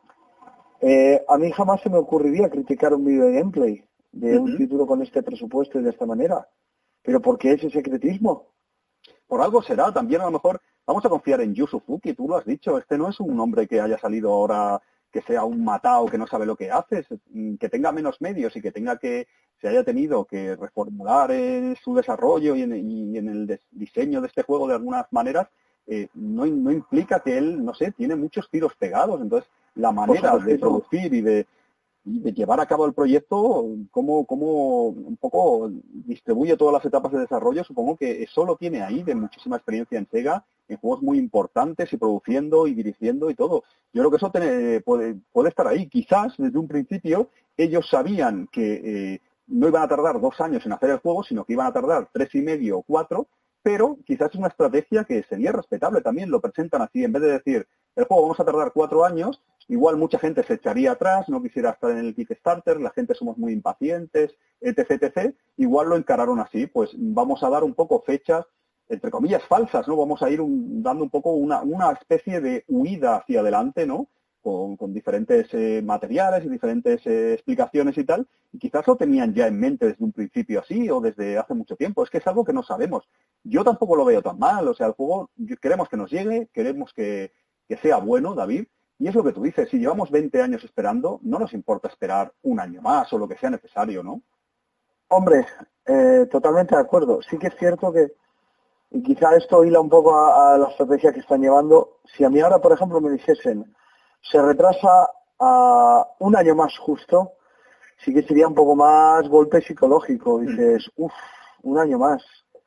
eh, a mí jamás se me ocurriría criticar un video de gameplay de uh-huh. un título con este presupuesto y de esta manera. ¿Pero por qué ese secretismo? Por algo será, también a lo mejor vamos a confiar en Yu Suzuki, tú lo has dicho, este no es un hombre que haya salido ahora, que sea un matao, que no sabe lo que hace, que tenga menos medios y que tenga que, se haya tenido que reformular en su desarrollo y en, y en el des, diseño de este juego de algunas maneras, eh, no, no implica que él, no sé, tiene muchos tiros pegados, entonces la manera de producir y de, de llevar a cabo el proyecto, cómo, cómo un poco distribuye todas las etapas de desarrollo, supongo que eso lo tiene ahí, de muchísima experiencia en Sega, en juegos muy importantes y produciendo y dirigiendo y todo. Yo creo que eso tiene, puede, puede estar ahí. Quizás desde un principio ellos sabían que eh, no iban a tardar dos años en hacer el juego, sino que iban a tardar tres y medio o cuatro, pero quizás es una estrategia que sería respetable también, lo presentan así, en vez de decir, el juego vamos a tardar cuatro años, igual mucha gente se echaría atrás, no quisiera estar en el Kickstarter, la gente somos muy impacientes, etc, etcétera. Igual lo encararon así, pues vamos a dar un poco fechas, entre comillas, falsas, ¿no? Vamos a ir un, dando un poco una, una especie de huida hacia adelante, ¿no? Con, con diferentes eh, materiales y diferentes eh, explicaciones y tal, y quizás lo tenían ya en mente desde un principio así o desde hace mucho tiempo. Es que es algo que no sabemos. Yo tampoco lo veo tan mal, o sea, el juego queremos que nos llegue, queremos que, que sea bueno, David, y es lo que tú dices, si llevamos veinte años esperando, no nos importa esperar un año más o lo que sea necesario, ¿no? Hombre, eh, totalmente de acuerdo. Sí que es cierto que, y quizá esto hila un poco a, a la estrategia que están llevando, si a mí ahora, por ejemplo, me dijesen, se retrasa a un año más justo, sí que sería un poco más golpe psicológico. Dices, uff, un año más.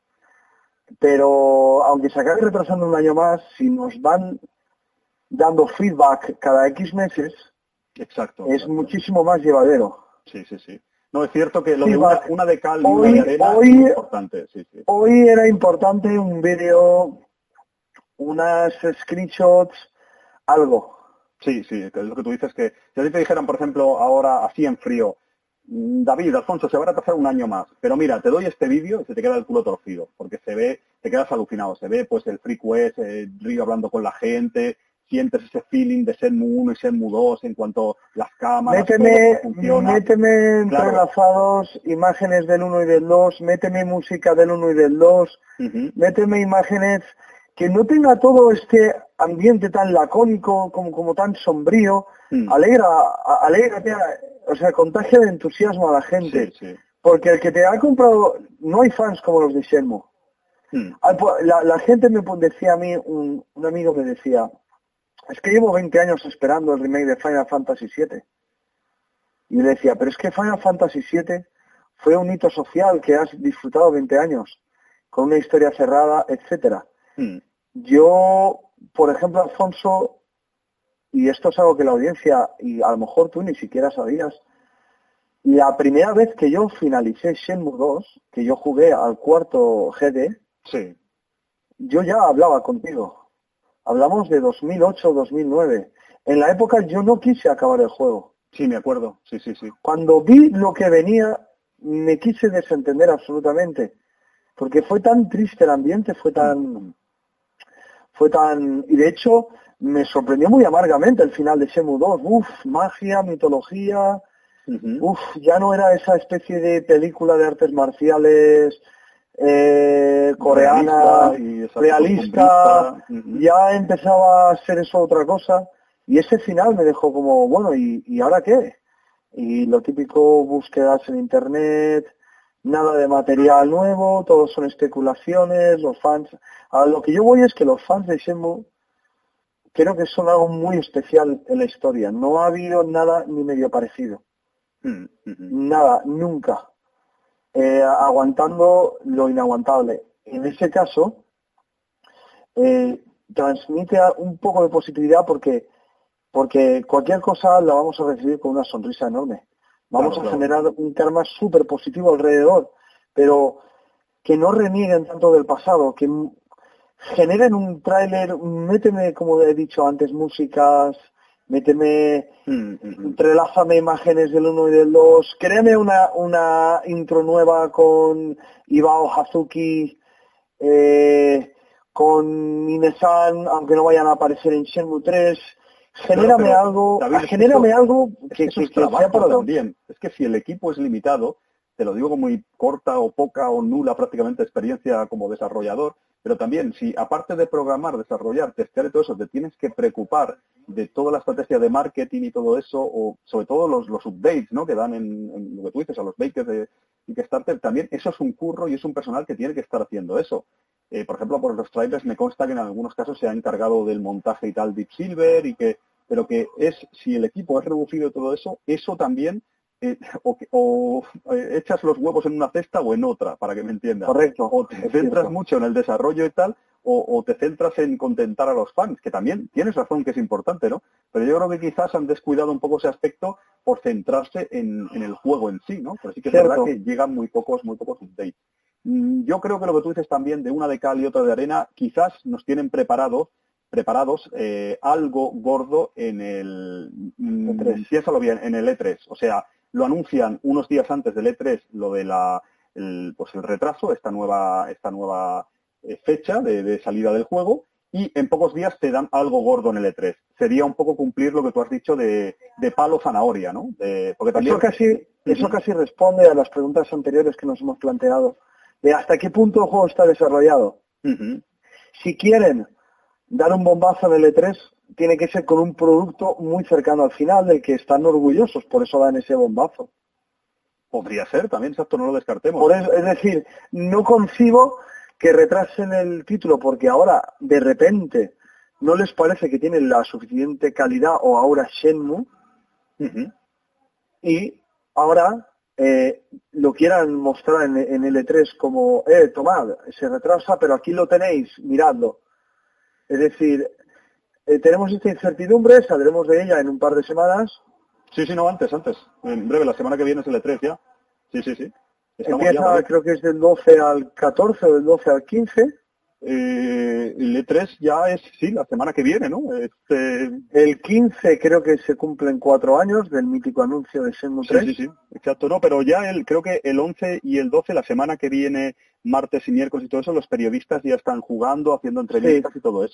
Pero aunque se acabe retrasando un año más, si nos van dando feedback cada X meses, exacto, es exacto. muchísimo más llevadero. Sí, sí, sí. No, es cierto que lo feedback, de una, una de cal y una de arena hoy, es importante. Sí, sí. Hoy era importante un vídeo, unas screenshots, algo. Sí, sí, que es lo que tú dices, que si a ti te dijeran, por ejemplo, ahora así en frío, David, Alfonso, se va a retrasar un año más, pero mira, te doy este vídeo y se te queda el culo torcido, porque se ve, te quedas alucinado, se ve pues el Free Quest, el Río hablando con la gente, sientes ese feeling de Shenmue uno y Shenmue dos en cuanto a las cámaras, méteme, todo funciona. méteme entrelazados claro. imágenes del uno y del dos, méteme música del uno y del dos, uh-huh. méteme imágenes que no tenga todo este ambiente tan lacónico, como, como tan sombrío, uh-huh. alegra, alegra, o sea, contagia de entusiasmo a la gente. Sí, sí. Porque el que te ha comprado, no hay fans como los de Shenmue. Hmm. La, la gente me decía a mí, un, un amigo me decía, es que llevo veinte años esperando el remake de Final Fantasy siete. Y le decía, pero es que Final Fantasy siete fue un hito social que has disfrutado veinte años, con una historia cerrada, etcétera. Hmm. Yo, por ejemplo, Alfonso, y esto es algo que la audiencia, y a lo mejor tú ni siquiera sabías, la primera vez que yo finalicé Shenmue dos, que yo jugué al cuarto G D, sí. yo ya hablaba contigo. Hablamos de dos mil ocho, dos mil nueve. En la época yo no quise acabar el juego. Sí, me acuerdo. Sí, sí, sí. Cuando vi lo que venía, me quise desentender absolutamente. Porque fue tan triste el ambiente, fue tan... Fue tan... Y de hecho, me sorprendió muy amargamente el final de Shenmue dos. Uf, magia, mitología... Uh-huh. Uf, ya no era esa especie de película de artes marciales eh, coreana, realista, realista uh-huh. Ya empezaba a ser eso otra cosa, y ese final me dejó como, bueno, ¿y, y ahora qué? Y lo típico, búsquedas en internet, nada de material nuevo, todo son especulaciones, los fans... A lo que yo voy es que los fans de Shenmue creo que son algo muy especial en la historia, no ha habido nada ni medio parecido. Uh-huh. Nada, nunca. Eh, aguantando lo inaguantable. En ese caso, eh, transmite un poco de positividad porque porque cualquier cosa la vamos a recibir con una sonrisa enorme. Vamos claro, a claro. generar un karma súper positivo alrededor, pero que no renieguen tanto del pasado, que generen un tráiler, méteme, como he dicho antes, músicas... Méteme, mm-hmm. entrelázame imágenes del uno y del dos, créame una, una intro nueva con Ibao Hazuki, eh, con Ine-san, aunque no vayan a aparecer en Shenmue tres, genérame pero, algo, David, genérame eso, algo que, es que, que, que sea para también. Es que si el equipo es limitado, te lo digo con muy corta o poca o nula prácticamente experiencia como desarrollador, pero también si aparte de programar, desarrollar, testear y todo eso, te tienes que preocupar de toda la estrategia de marketing y todo eso, o sobre todo los, los updates, ¿no?, que dan en, en lo que tú dices, a los bakers de Kickstarter, también eso es un curro y es un personal que tiene que estar haciendo eso. Eh, por ejemplo, por los trailers me consta que en algunos casos se ha encargado del montaje y tal Deep Silver, y que, pero que es, si el equipo es reducido y todo eso, eso también Eh, o, o eh, echas los huevos en una cesta o en otra, para que me entiendas. Correcto. O te centras mucho en el desarrollo y tal, o, o te centras en contentar a los fans, que también tienes razón que es importante, ¿no? Pero yo creo que quizás han descuidado un poco ese aspecto por centrarse en, en el juego en sí, ¿no? Pero sí que es Cierto. verdad que llegan muy pocos, muy pocos updates. Yo creo que lo que tú dices también de una de cal y otra de arena, quizás nos tienen preparados preparados eh, algo gordo en el E tres. Piénsalo bien, en el E tres. O sea, lo anuncian unos días antes del E tres, lo de la el, pues el retraso, esta nueva esta nueva eh, fecha de, de salida del juego, y en pocos días te dan algo gordo en el E tres. Sería un poco cumplir lo que tú has dicho de, de palo zanahoria, ¿no? De, porque también... Eso casi, uh-huh. eso casi responde a las preguntas anteriores que nos hemos planteado, de hasta qué punto el juego está desarrollado. Uh-huh. Si quieren dar un bombazo en el E tres, tiene que ser con un producto muy cercano al final, del que están orgullosos, por eso dan ese bombazo. Podría ser, también, exacto, no lo descartemos. Por eso, es decir, no concibo que retrasen el título porque ahora, de repente, no les parece que tienen la suficiente calidad, o ahora Shenmue, uh-huh. y ahora eh, lo quieran mostrar en, en el E tres como, eh, tomad, se retrasa, pero aquí lo tenéis, miradlo. Es decir, eh, tenemos esta incertidumbre, saldremos de ella en un par de semanas. Sí, sí, no, antes, antes. En breve, la semana que viene es el E tres ya. Sí, sí, sí. Estamos Empieza, ya, creo que es del doce al catorce o del doce al quince. Eh, el E tres ya es, sí, la semana que viene, ¿no? Este... El quince creo que se cumplen cuatro años del mítico anuncio de Shenmue tres. Sí, sí, sí, exacto, no, pero ya el, creo que el once y el doce, la semana que viene, martes y miércoles y todo eso, los periodistas ya están jugando, haciendo entrevistas sí. y todo eso.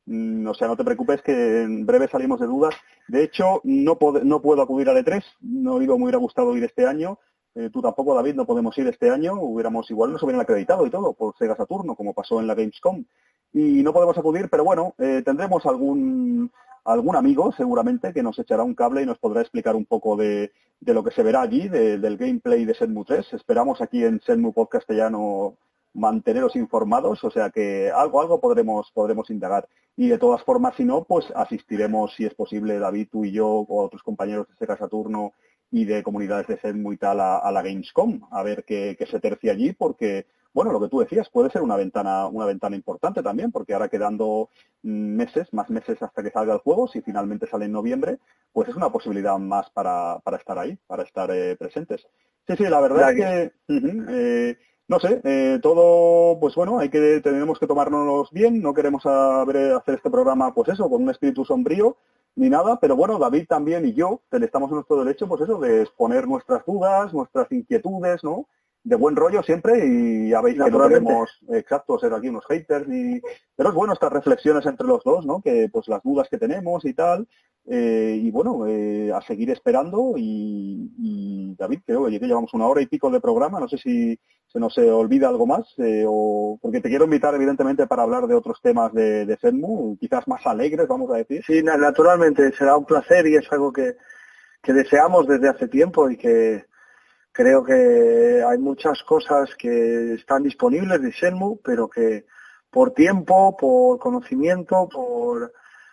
Mm, o sea, no te preocupes que en breve salimos de dudas. De hecho, no, pod- no puedo acudir al E tres, no he ido, me hubiera gustado ir este año. Eh, tú tampoco, David, no podemos ir este año. Hubiéramos igual nos hubieran acreditado y todo por Sega Saturno, como pasó en la Gamescom. Y no podemos acudir, pero bueno, eh, tendremos algún algún amigo seguramente que nos echará un cable y nos podrá explicar un poco de, de lo que se verá allí, de- del gameplay de Shenmue tres. Esperamos aquí en Shenmue Podcast Castellano manteneros informados, o sea que algo algo podremos podremos indagar. Y de todas formas, si no, pues asistiremos, si es posible, David, tú y yo, o otros compañeros de Sega Saturno y de comunidades de Shenmue y tal, a, a la Gamescom, a ver qué, qué se tercia allí, porque, bueno, lo que tú decías, puede ser una ventana una ventana importante también, porque ahora quedando meses, más meses hasta que salga el juego, si finalmente sale en noviembre, pues es una posibilidad más para, para estar ahí, para estar eh, presentes. Sí, sí, la verdad es que, uh-huh, eh, no sé, eh, todo, pues bueno, hay que tenemos que tomárnoslos bien, no queremos a ver, hacer este programa, pues eso, con un espíritu sombrío, ni nada, pero bueno, David también y yo estamos en nuestro derecho, pues eso, de exponer nuestras dudas, nuestras inquietudes, ¿no? De buen rollo siempre, y ya veis que no queremos, exacto, ser aquí unos haters, ni... pero es bueno estas reflexiones entre los dos, ¿no? Que pues las dudas que tenemos y tal, eh, y bueno, eh, a seguir esperando, y, y David, creo que ya llevamos una hora y pico de programa, no sé si se nos eh, olvida algo más, eh, o porque te quiero invitar evidentemente para hablar de otros temas de, de Shenmue, quizás más alegres, vamos a decir. Sí, naturalmente, será un placer y es algo que, que deseamos desde hace tiempo y que creo que hay muchas cosas que están disponibles de Shenmue, pero que por tiempo, por conocimiento, por,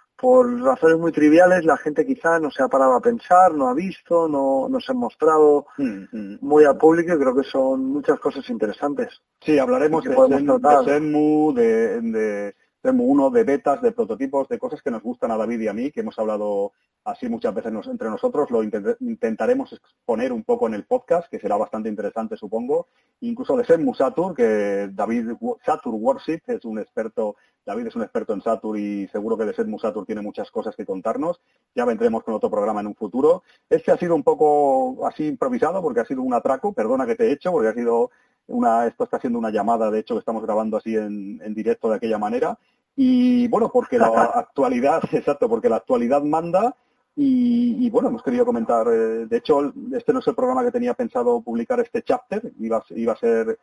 por razones muy triviales, la gente quizá no se ha parado a pensar, no ha visto, no, no se ha mostrado Mm-hmm. muy al público, y creo que son muchas cosas interesantes. Sí, hablaremos de, Shen, de Shenmue, de, de Shenmue uno, de betas, de prototipos, de cosas que nos gustan a David y a mí, que hemos hablado así muchas veces nos, entre nosotros. Lo intent, intentaremos exponer un poco en el podcast, que será bastante interesante, supongo. Incluso de Shenmue Saturn, que David, Saturn Worship, es un experto, David es un experto en Saturn y seguro que de Shenmue Saturn tiene muchas cosas que contarnos. Ya vendremos con otro programa en un futuro. Este ha sido un poco así improvisado, porque ha sido un atraco, perdona que te he hecho, porque ha sido... Una, esto está haciendo una llamada, de hecho, que estamos grabando así en, en directo de aquella manera. Y bueno, porque la actualidad, exacto, porque la actualidad manda. Y, y bueno, hemos querido comentar, eh, de hecho, este no es el programa que tenía pensado publicar este chapter, iba, iba a ser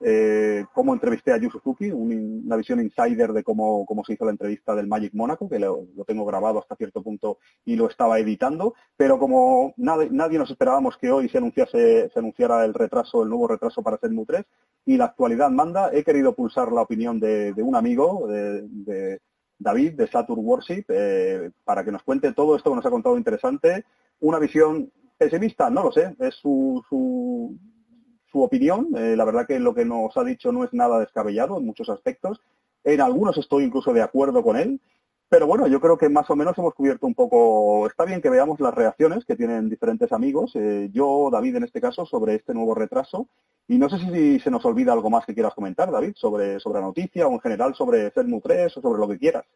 eh, cómo entrevisté a Yu Suzuki, un, una visión insider de cómo, cómo se hizo la entrevista del Magic Mónaco, que lo, lo tengo grabado hasta cierto punto y lo estaba editando, pero como nadie, nadie nos esperábamos que hoy se anunciase, se anunciara el retraso, el nuevo retraso para Shenmue tres, y la actualidad manda, he querido pulsar la opinión de, de un amigo, de, de David, de Saturn Worship, eh, para que nos cuente todo esto que nos ha contado interesante. Una visión pesimista, no lo sé, es su, su, su opinión. Eh, la verdad que lo que nos ha dicho no es nada descabellado en muchos aspectos. En algunos estoy incluso de acuerdo con él. Pero bueno, yo creo que más o menos hemos cubierto un poco. Está bien que veamos las reacciones que tienen diferentes amigos. Eh, yo, David, en este caso, sobre este nuevo retraso. Y no sé si se nos olvida algo más que quieras comentar, David, sobre, sobre la noticia o en general sobre Shenmue tres o sobre lo que quieras.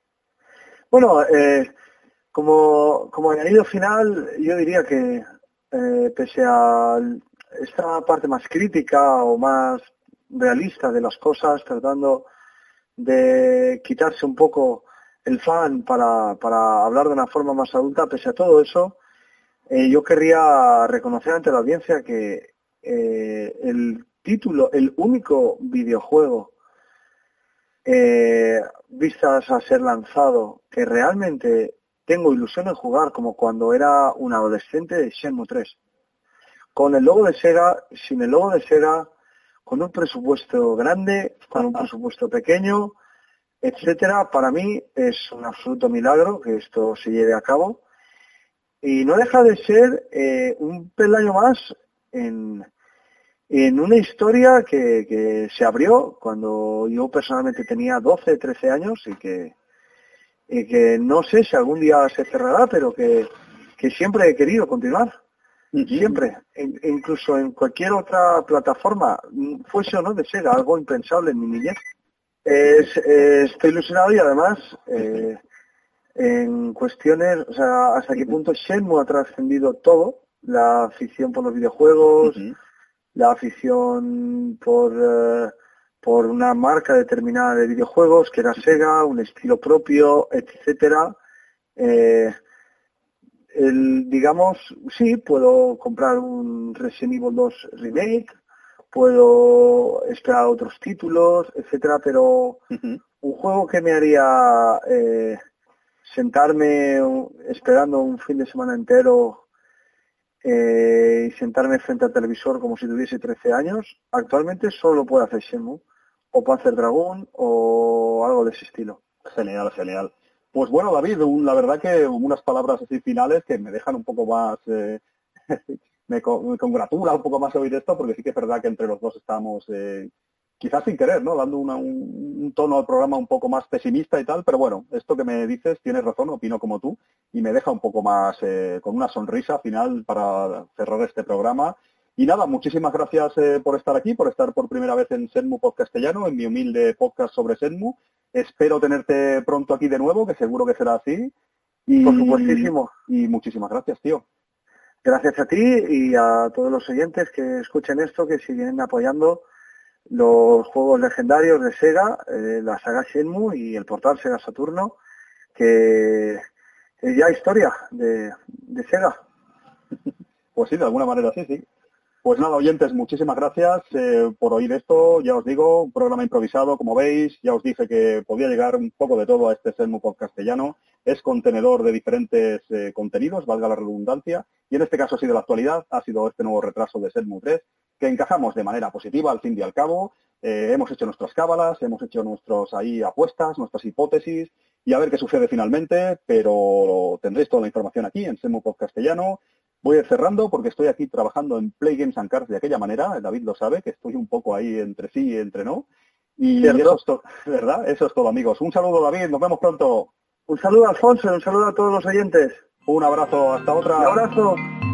Bueno, eh, como, como añadido final, yo diría que eh, pese a esta parte más crítica o más realista de las cosas, tratando de quitarse un poco el fan para, para hablar de una forma más adulta, pese a todo eso, eh, yo querría reconocer ante la audiencia que eh, el título, el único videojuego eh, vistas a ser lanzado que realmente tengo ilusión en jugar como cuando era un adolescente, de Shenmue tres. Con el logo de Sega, sin el logo de Sega, con un presupuesto grande, con un presupuesto pequeño, etcétera. Para mí es un absoluto milagro que esto se lleve a cabo. Y no deja de ser eh, un peldaño más en, en una historia que, que se abrió cuando yo personalmente tenía doce, trece años y que, y que no sé si algún día se cerrará, pero que, que siempre he querido continuar. Siempre, en, incluso en cualquier otra plataforma, fuese o no de Sega, algo impensable en mi niñez. Es, eh, estoy ilusionado y además eh, en cuestiones, o sea, hasta qué punto Shenmue ha trascendido todo, la afición por los videojuegos, uh-huh. la afición por, uh, por una marca determinada de videojuegos, que era Sega, un estilo propio, etcétera. Eh, el, digamos, sí, puedo comprar un Resident Evil dos Remake, puedo esperar otros títulos, etcétera, pero uh-huh. un juego que me haría eh, sentarme esperando un fin de semana entero eh, y sentarme frente al televisor como si tuviese trece años, actualmente solo puede hacer Shenmue, o Panzer Dragoon, o algo de ese estilo. Genial, genial. Pues bueno, David, un, la verdad que unas palabras así finales que me dejan un poco más... Eh, me, me congratula un poco más oír esto, porque sí que es verdad que entre los dos estamos... Eh, quizás sin querer, ¿no? Dando una, un, un tono al programa un poco más pesimista y tal, pero bueno, esto que me dices, tienes razón, opino como tú, y me deja un poco más eh, con una sonrisa final para cerrar este programa. Y nada, muchísimas gracias eh, por estar aquí, por estar por primera vez en Shenmue Podcastellano, en mi humilde podcast sobre Shenmue. Espero tenerte pronto aquí de nuevo, que seguro que será así. Y, por supuestísimo. Y muchísimas gracias, tío. Gracias a ti y a todos los oyentes que escuchen esto, que siguen apoyando los juegos legendarios de Sega, eh, la saga Shenmue y el portal Sega Saturno, que es ya historia de, de Sega. Pues sí, de alguna manera sí, sí. Pues nada, oyentes, muchísimas gracias eh, por oír esto. Ya os digo, un programa improvisado, como veis. Ya os dije que podía llegar un poco de todo a este Shenmue Podcastellano. Es contenedor de diferentes eh, contenidos, valga la redundancia. Y en este caso ha sido la actualidad, ha sido este nuevo retraso de Shenmue tres, que encajamos de manera positiva al fin y al cabo. Eh, hemos hecho nuestras cábalas, hemos hecho nuestros ahí apuestas, nuestras hipótesis, y a ver qué sucede finalmente, pero tendréis toda la información aquí en Shenmue Podcastellano. Voy a ir cerrando porque estoy aquí trabajando en Play Games and Cards de aquella manera. David lo sabe, que estoy un poco ahí entre sí y entre no. Y ¿Cierto? eso es todo, ¿verdad? Eso es todo, amigos. Un saludo, David. Nos vemos pronto. Un saludo, Alfonso. Un saludo a todos los oyentes. Un abrazo. Hasta otra. Un abrazo.